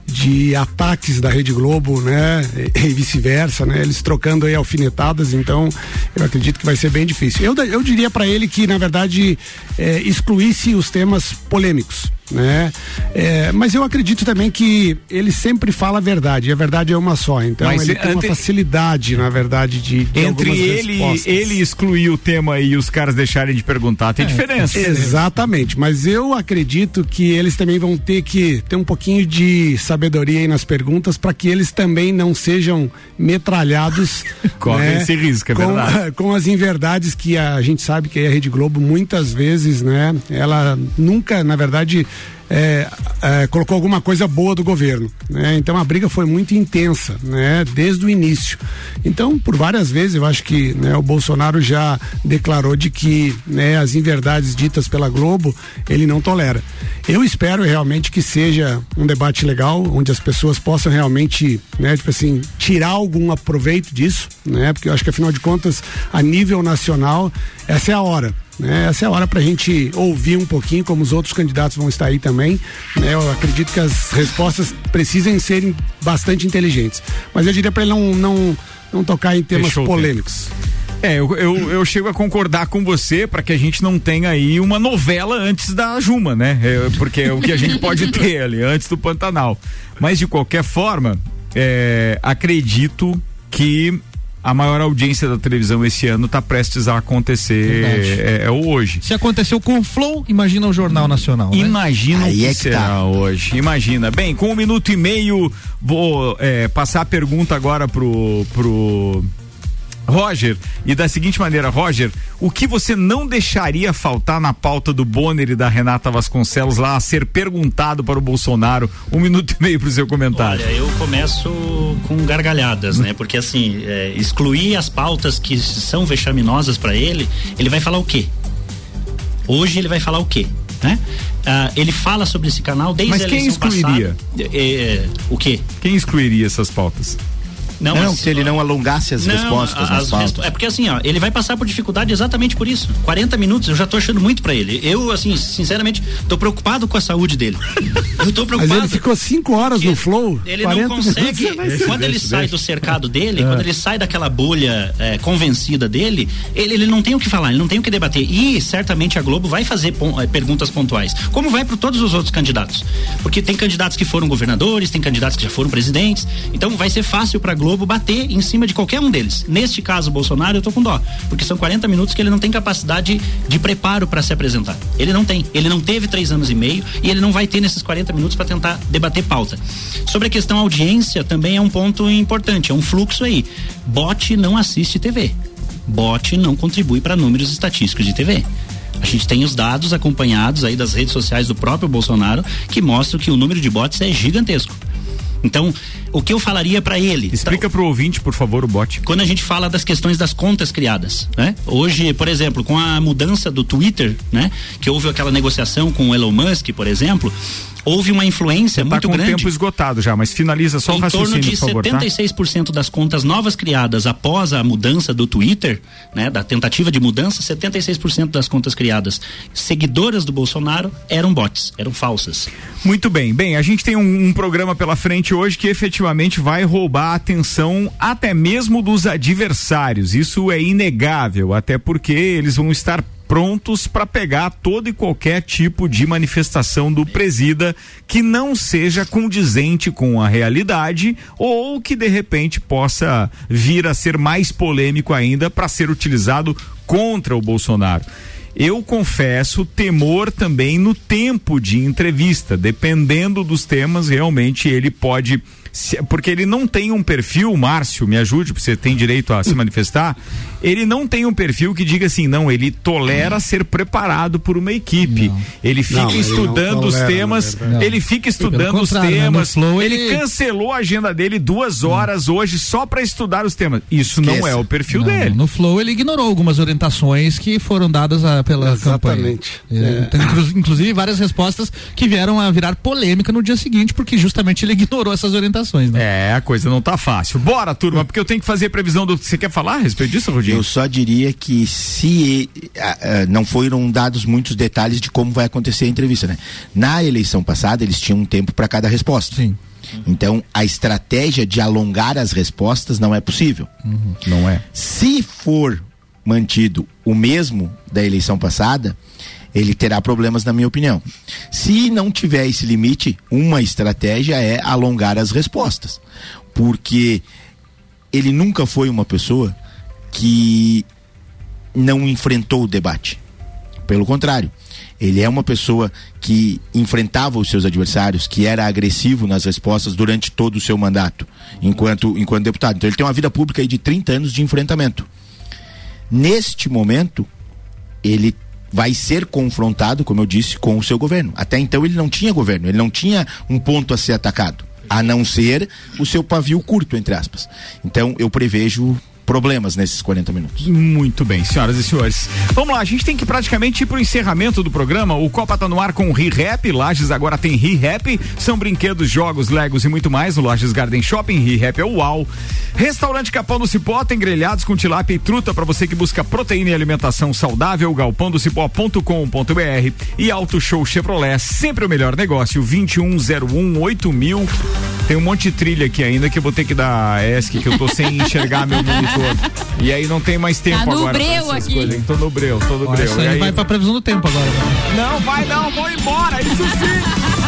ataques da Rede Globo, né? E vice-versa, né? Eles trocando aí alfinetadas, então eu acredito que vai ser bem difícil. Eu diria para ele que, na verdade, excluísse os temas polêmicos, né? Mas eu acredito também que ele sempre fala a verdade, e a verdade é uma só, então mas ele tem uma facilidade, na verdade, de entre ele excluir o tema e os caras deixarem de perguntar, tem diferença. Exatamente, mas eu acredito que eles também vão ter que ter um pouquinho de sabedoria aí nas perguntas para que eles também não sejam metralhados correm esse risco, é verdade, com as inverdades que a gente sabe que a Rede Globo muitas vezes, né, ela nunca, na verdade, colocou alguma coisa boa do governo, né? Então a briga foi muito intensa, né? Desde o início. Então, por várias vezes, eu acho que, né, o Bolsonaro já declarou de que, né, as inverdades ditas pela Globo, ele não tolera. Eu espero realmente que seja um debate legal, onde as pessoas possam realmente, né, tipo assim, tirar algum proveito disso, né? Porque eu acho que, afinal de contas, a nível nacional, essa é a hora. Essa é a hora pra gente ouvir um pouquinho, como os outros candidatos vão estar aí também, né? Eu acredito que as respostas precisem serem bastante inteligentes, mas eu diria pra ele não tocar em temas polêmicos. Eu chego a concordar com você para que a gente não tenha aí uma novela antes da Juma, né? Porque é o que a gente pode ter ali, antes do Pantanal. Mas de qualquer forma, acredito que a maior audiência da televisão esse ano está prestes a acontecer hoje. Se aconteceu com o Flow, imagina o Jornal Nacional, né? Imagina o que será hoje. Imagina. Bem, com 1 minuto e meio, vou passar a pergunta agora pro Roger, e da seguinte maneira: Roger, o que você não deixaria faltar na pauta do Bonner e da Renata Vasconcelos lá a ser perguntado para o Bolsonaro? 1 minuto e meio para o seu comentário. Olha, eu começo com gargalhadas, né? Porque assim, excluir as pautas que são vexaminosas para ele vai falar o quê? Hoje ele vai falar o quê? Né? Ele fala sobre esse canal desde a eleição passada. Mas quem excluiria? O quê? Quem excluiria essas pautas? Não, se ele não alongasse as respostas nas pautas. É porque assim, ó, ele vai passar por dificuldade exatamente por isso. 40 minutos, eu já tô achando muito pra ele. Eu, assim, sinceramente, tô preocupado com a saúde dele. Eu tô preocupado. Mas ele ficou 5 horas no Flow. Ele não consegue, quando ele sai do cercado dele, quando ele sai daquela bolha convencida dele, ele não tem o que falar, ele não tem o que debater. E certamente a Globo vai fazer perguntas pontuais, como vai para todos os outros candidatos. Porque tem candidatos que foram governadores, tem candidatos que já foram presidentes. Então vai ser fácil pra Globo bater em cima de qualquer um deles. Neste caso, o Bolsonaro, eu tô com dó, porque são 40 minutos que ele não tem capacidade de preparo para se apresentar. Ele não tem. Ele não teve 3 anos e meio e ele não vai ter nesses 40 minutos para tentar debater pauta. Sobre a questão audiência, também é um ponto importante, é um fluxo aí. Bote não assiste TV. bot não contribui para números estatísticos de TV. A gente tem os dados acompanhados aí das redes sociais do próprio Bolsonaro que mostram que o número de bots é gigantesco. Então, o que eu falaria para ele? Explica pro ouvinte, por favor, o bot. Quando a gente fala das questões das contas criadas, né? Hoje, por exemplo, com a mudança do Twitter, né? Que houve aquela negociação com o Elon Musk, por exemplo, houve uma influência muito grande. Tá com o tempo esgotado já, mas finaliza só o raciocínio, por favor, tá? Em torno de 76% das contas novas criadas após a mudança do Twitter, né? Da tentativa de mudança, 76% das contas criadas seguidoras do Bolsonaro eram bots, eram falsas. Muito bem. Bem, a gente tem um programa pela frente hoje que efetivamente vai roubar a atenção até mesmo dos adversários. Isso é inegável, até porque eles vão estar prontos para pegar todo e qualquer tipo de manifestação do presida que não seja condizente com a realidade ou que de repente possa vir a ser mais polêmico ainda para ser utilizado contra o Bolsonaro. Eu confesso temor também no tempo de entrevista, dependendo dos temas, realmente ele pode, porque ele não tem um perfil, Márcio, me ajude, porque você tem direito a se manifestar, ele não tem um perfil que diga assim, não, ele tolera ser preparado por uma equipe, ele fica estudando os temas, ele fica estudando os temas, ele cancelou a agenda dele 2 horas hoje só para estudar os temas, isso não é o perfil dele. No Flow ele ignorou algumas orientações que foram dadas pela campanha. Tem, inclusive várias respostas que vieram a virar polêmica no dia seguinte, porque justamente ele ignorou essas orientações, né? A coisa não tá fácil. Bora, turma, porque eu tenho que fazer previsão do... Você quer falar a respeito disso, Rodinho? Eu só diria que se não foram dados muitos detalhes de como vai acontecer a entrevista, né? Na eleição passada, eles tinham um tempo para cada resposta. Sim. Então, a estratégia de alongar as respostas não é possível. Não é. Se for mantido o mesmo da eleição passada, ele terá problemas, na minha opinião. Se não tiver esse limite, uma estratégia é alongar as respostas, porque ele nunca foi uma pessoa que não enfrentou o debate. Pelo contrário, ele é uma pessoa que enfrentava os seus adversários, que era agressivo nas respostas durante todo o seu mandato enquanto deputado. Então ele tem uma vida pública aí de 30 anos de enfrentamento. Neste momento, ele vai ser confrontado, como eu disse, com o seu governo. Até então ele não tinha governo, ele não tinha um ponto a ser atacado, a não ser o seu pavio curto, entre aspas. Então eu prevejo problemas nesses 40 minutos. Muito bem, senhoras e senhores. Vamos lá, a gente tem que praticamente ir pro encerramento do programa. O Copa tá no ar com o ReHap. Lages agora tem ReHap. São brinquedos, jogos, legos e muito mais no Lages Garden Shopping. ReHap é o UAU. Restaurante Capão do Cipó tem grelhados com tilápia e truta para você que busca proteína e alimentação saudável. galpãodocipó.com.br e Auto Show Chevrolet, sempre o melhor negócio. 21018000. Tem um monte de trilha aqui ainda que eu vou ter que dar ESC, que eu tô sem enxergar meu monitor. E aí não tem mais tempo agora. Breu aqui. Coisas. Tô no breu. Isso aí vai pra previsão do tempo agora. Não, vai não, vou embora, isso sim.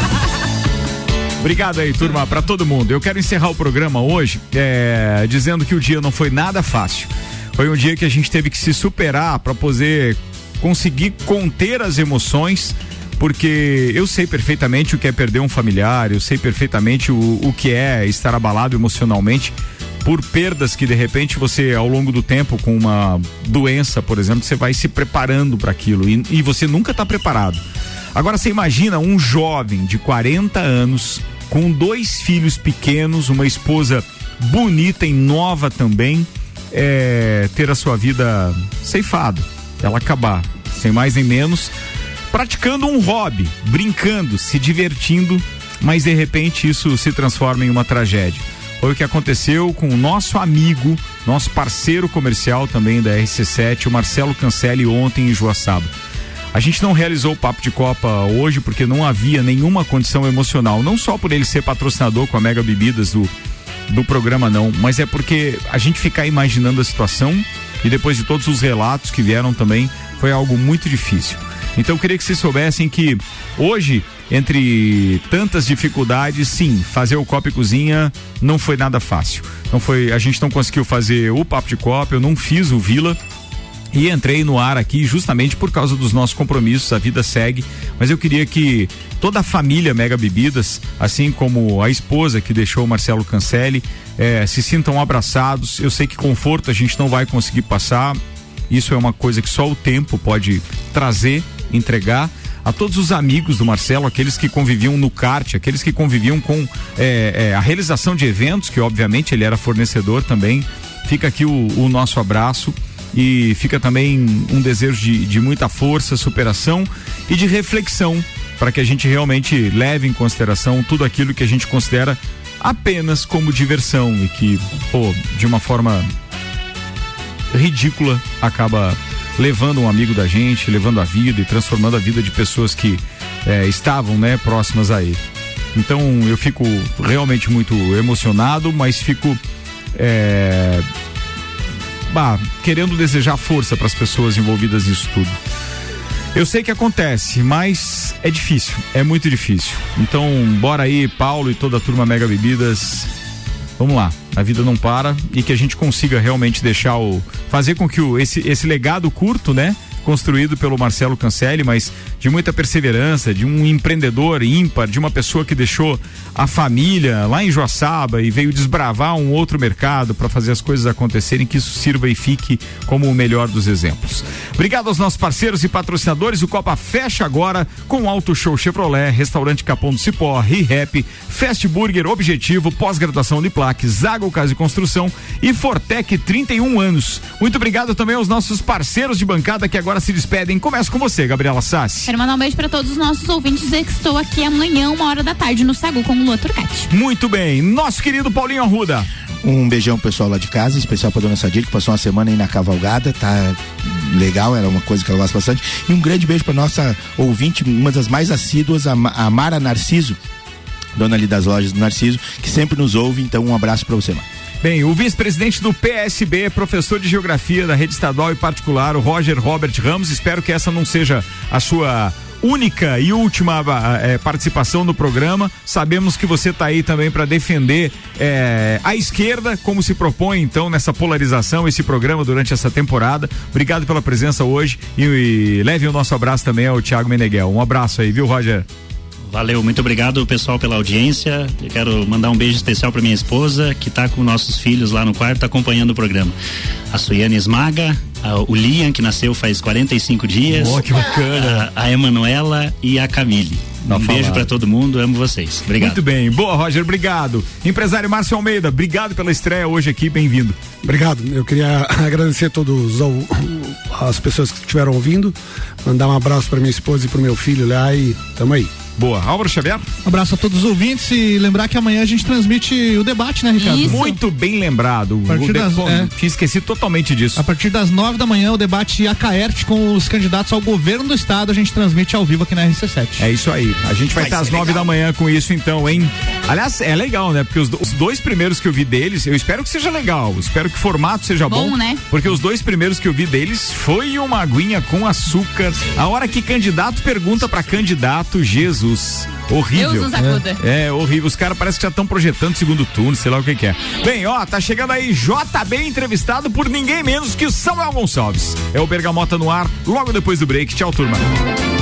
Obrigado aí, turma, pra todo mundo. Eu quero encerrar o programa hoje dizendo que o dia não foi nada fácil. Foi um dia que a gente teve que se superar pra poder conseguir conter as emoções, porque eu sei perfeitamente o que é perder um familiar, eu sei perfeitamente o que é estar abalado emocionalmente por perdas que de repente você, ao longo do tempo, com uma doença, por exemplo, você vai se preparando para aquilo e você nunca está preparado. Agora você imagina um jovem de 40 anos com 2 filhos pequenos, uma esposa bonita e nova também, ter a sua vida ceifada, ela acabar, sem mais nem menos, praticando um hobby, brincando, se divertindo, mas de repente isso se transforma em uma tragédia. Foi o que aconteceu com o nosso amigo, nosso parceiro comercial também da RC7, o Marcelo Cancelli, ontem em Joaçaba. A gente não realizou o Papo de Copa hoje porque não havia nenhuma condição emocional, não só por ele ser patrocinador com a Mega Bebidas do programa não, mas é porque a gente ficar imaginando a situação e depois de todos os relatos que vieram também, foi algo muito difícil. Então eu queria que vocês soubessem que hoje, entre tantas dificuldades, sim, fazer o Copa e Cozinha não foi nada fácil. A gente não conseguiu fazer o Papo de Copa, eu não fiz o Vila E entrei no ar aqui justamente por causa dos nossos compromissos, a vida segue, mas eu queria que toda a família Mega Bebidas, assim como a esposa que deixou o Marcelo Cancelli, se sintam abraçados. Eu sei que conforto a gente não vai conseguir passar, isso é uma coisa que só o tempo pode trazer, entregar. A todos os amigos do Marcelo, aqueles que conviviam no kart, aqueles que conviviam com a realização de eventos, que obviamente ele era fornecedor também, fica aqui o nosso abraço. E fica também um desejo de muita força, superação e de reflexão, para que a gente realmente leve em consideração tudo aquilo que a gente considera apenas como diversão e que, de uma forma ridícula, acaba levando um amigo da gente, levando a vida e transformando a vida de pessoas que estavam, né, próximas a ele. Então eu fico realmente muito emocionado, mas fico querendo desejar força para as pessoas envolvidas nisso tudo. Eu sei que acontece, mas é difícil, é muito difícil. Então, bora aí, Paulo e toda a turma Mega Bebidas. Vamos lá, a vida não para e que a gente consiga realmente fazer com que esse legado curto, né, construído pelo Marcelo Cancelli, mas de muita perseverança, de um empreendedor ímpar, de uma pessoa que deixou a família lá em Joaçaba e veio desbravar um outro mercado para fazer as coisas acontecerem, que isso sirva e fique como o melhor dos exemplos. Obrigado aos nossos parceiros e patrocinadores. O Copa fecha agora com Auto Show Chevrolet, Restaurante Capão do Cipó, ReHap, Fast Burger, Objetivo, Pós-Graduação Uniplac, Zago Casa e Construção e Fortec 31 anos. Muito obrigado também aos nossos parceiros de bancada que agora se despedem. Começa com você, Gabriela Sassi. Quero mandar um beijo para todos os nossos ouvintes e dizer que estou aqui amanhã, 1h da tarde, no Sagu com o Lua Turcati. Muito bem. Nosso querido Paulinho Arruda. Um beijão pessoal lá de casa, especial pra dona Sadir, que passou uma semana aí na cavalgada, tá legal, era uma coisa que ela gosta bastante. E um grande beijo pra nossa ouvinte, uma das mais assíduas, a Mara Narciso, dona ali das lojas do Narciso, que sempre nos ouve, então um abraço pra você, Mara. Bem, o vice-presidente do PSB, professor de geografia da rede estadual e particular, o Roger Robert Ramos, espero que essa não seja a sua única e última participação no programa. Sabemos que você está aí também para defender a esquerda, como se propõe então nessa polarização, esse programa durante essa temporada. Obrigado pela presença hoje e leve o nosso abraço também ao Thiago Meneghel. Um abraço aí, viu, Roger? Valeu, muito obrigado pessoal pela audiência. Eu quero mandar um beijo especial para minha esposa, que tá com nossos filhos lá no quarto acompanhando o programa. A Suiane Esmaga, o Liam, que nasceu faz 45 dias. Que bacana. A Emanuela e a Camille. Beijo para todo mundo, amo vocês. Obrigado. Muito bem, boa, Roger, obrigado. Empresário Márcio Almeida, obrigado pela estreia hoje aqui, bem-vindo. Obrigado, eu queria agradecer a todos as pessoas que estiveram ouvindo, mandar um abraço para minha esposa e pro meu filho lá e tamo aí. Boa. Álvaro Xavier? Um abraço a todos os ouvintes e lembrar que amanhã a gente transmite o debate, né, Ricardo? Isso. Muito bem lembrado. Tinha esquecido totalmente disso. A partir das 9 da manhã, o debate Acaerte com os candidatos ao governo do estado, a gente transmite ao vivo aqui na RC7. É isso aí. A gente vai estar às 9 da manhã com isso então, hein? Aliás, é legal, né? Porque os dois primeiros que eu vi deles, eu espero que seja legal. Espero que o formato seja bom, né? Porque os dois primeiros que eu vi deles foi uma aguinha com açúcar. A hora que candidato pergunta pra candidato, Jesus. Horrível. Deus nos acuda. É horrível. Os caras parecem que já estão projetando segundo turno, sei lá o que é. Bem, tá chegando aí JB entrevistado por ninguém menos que o Samuel Gonçalves. É o Bergamota no ar, logo depois do break. Tchau, turma.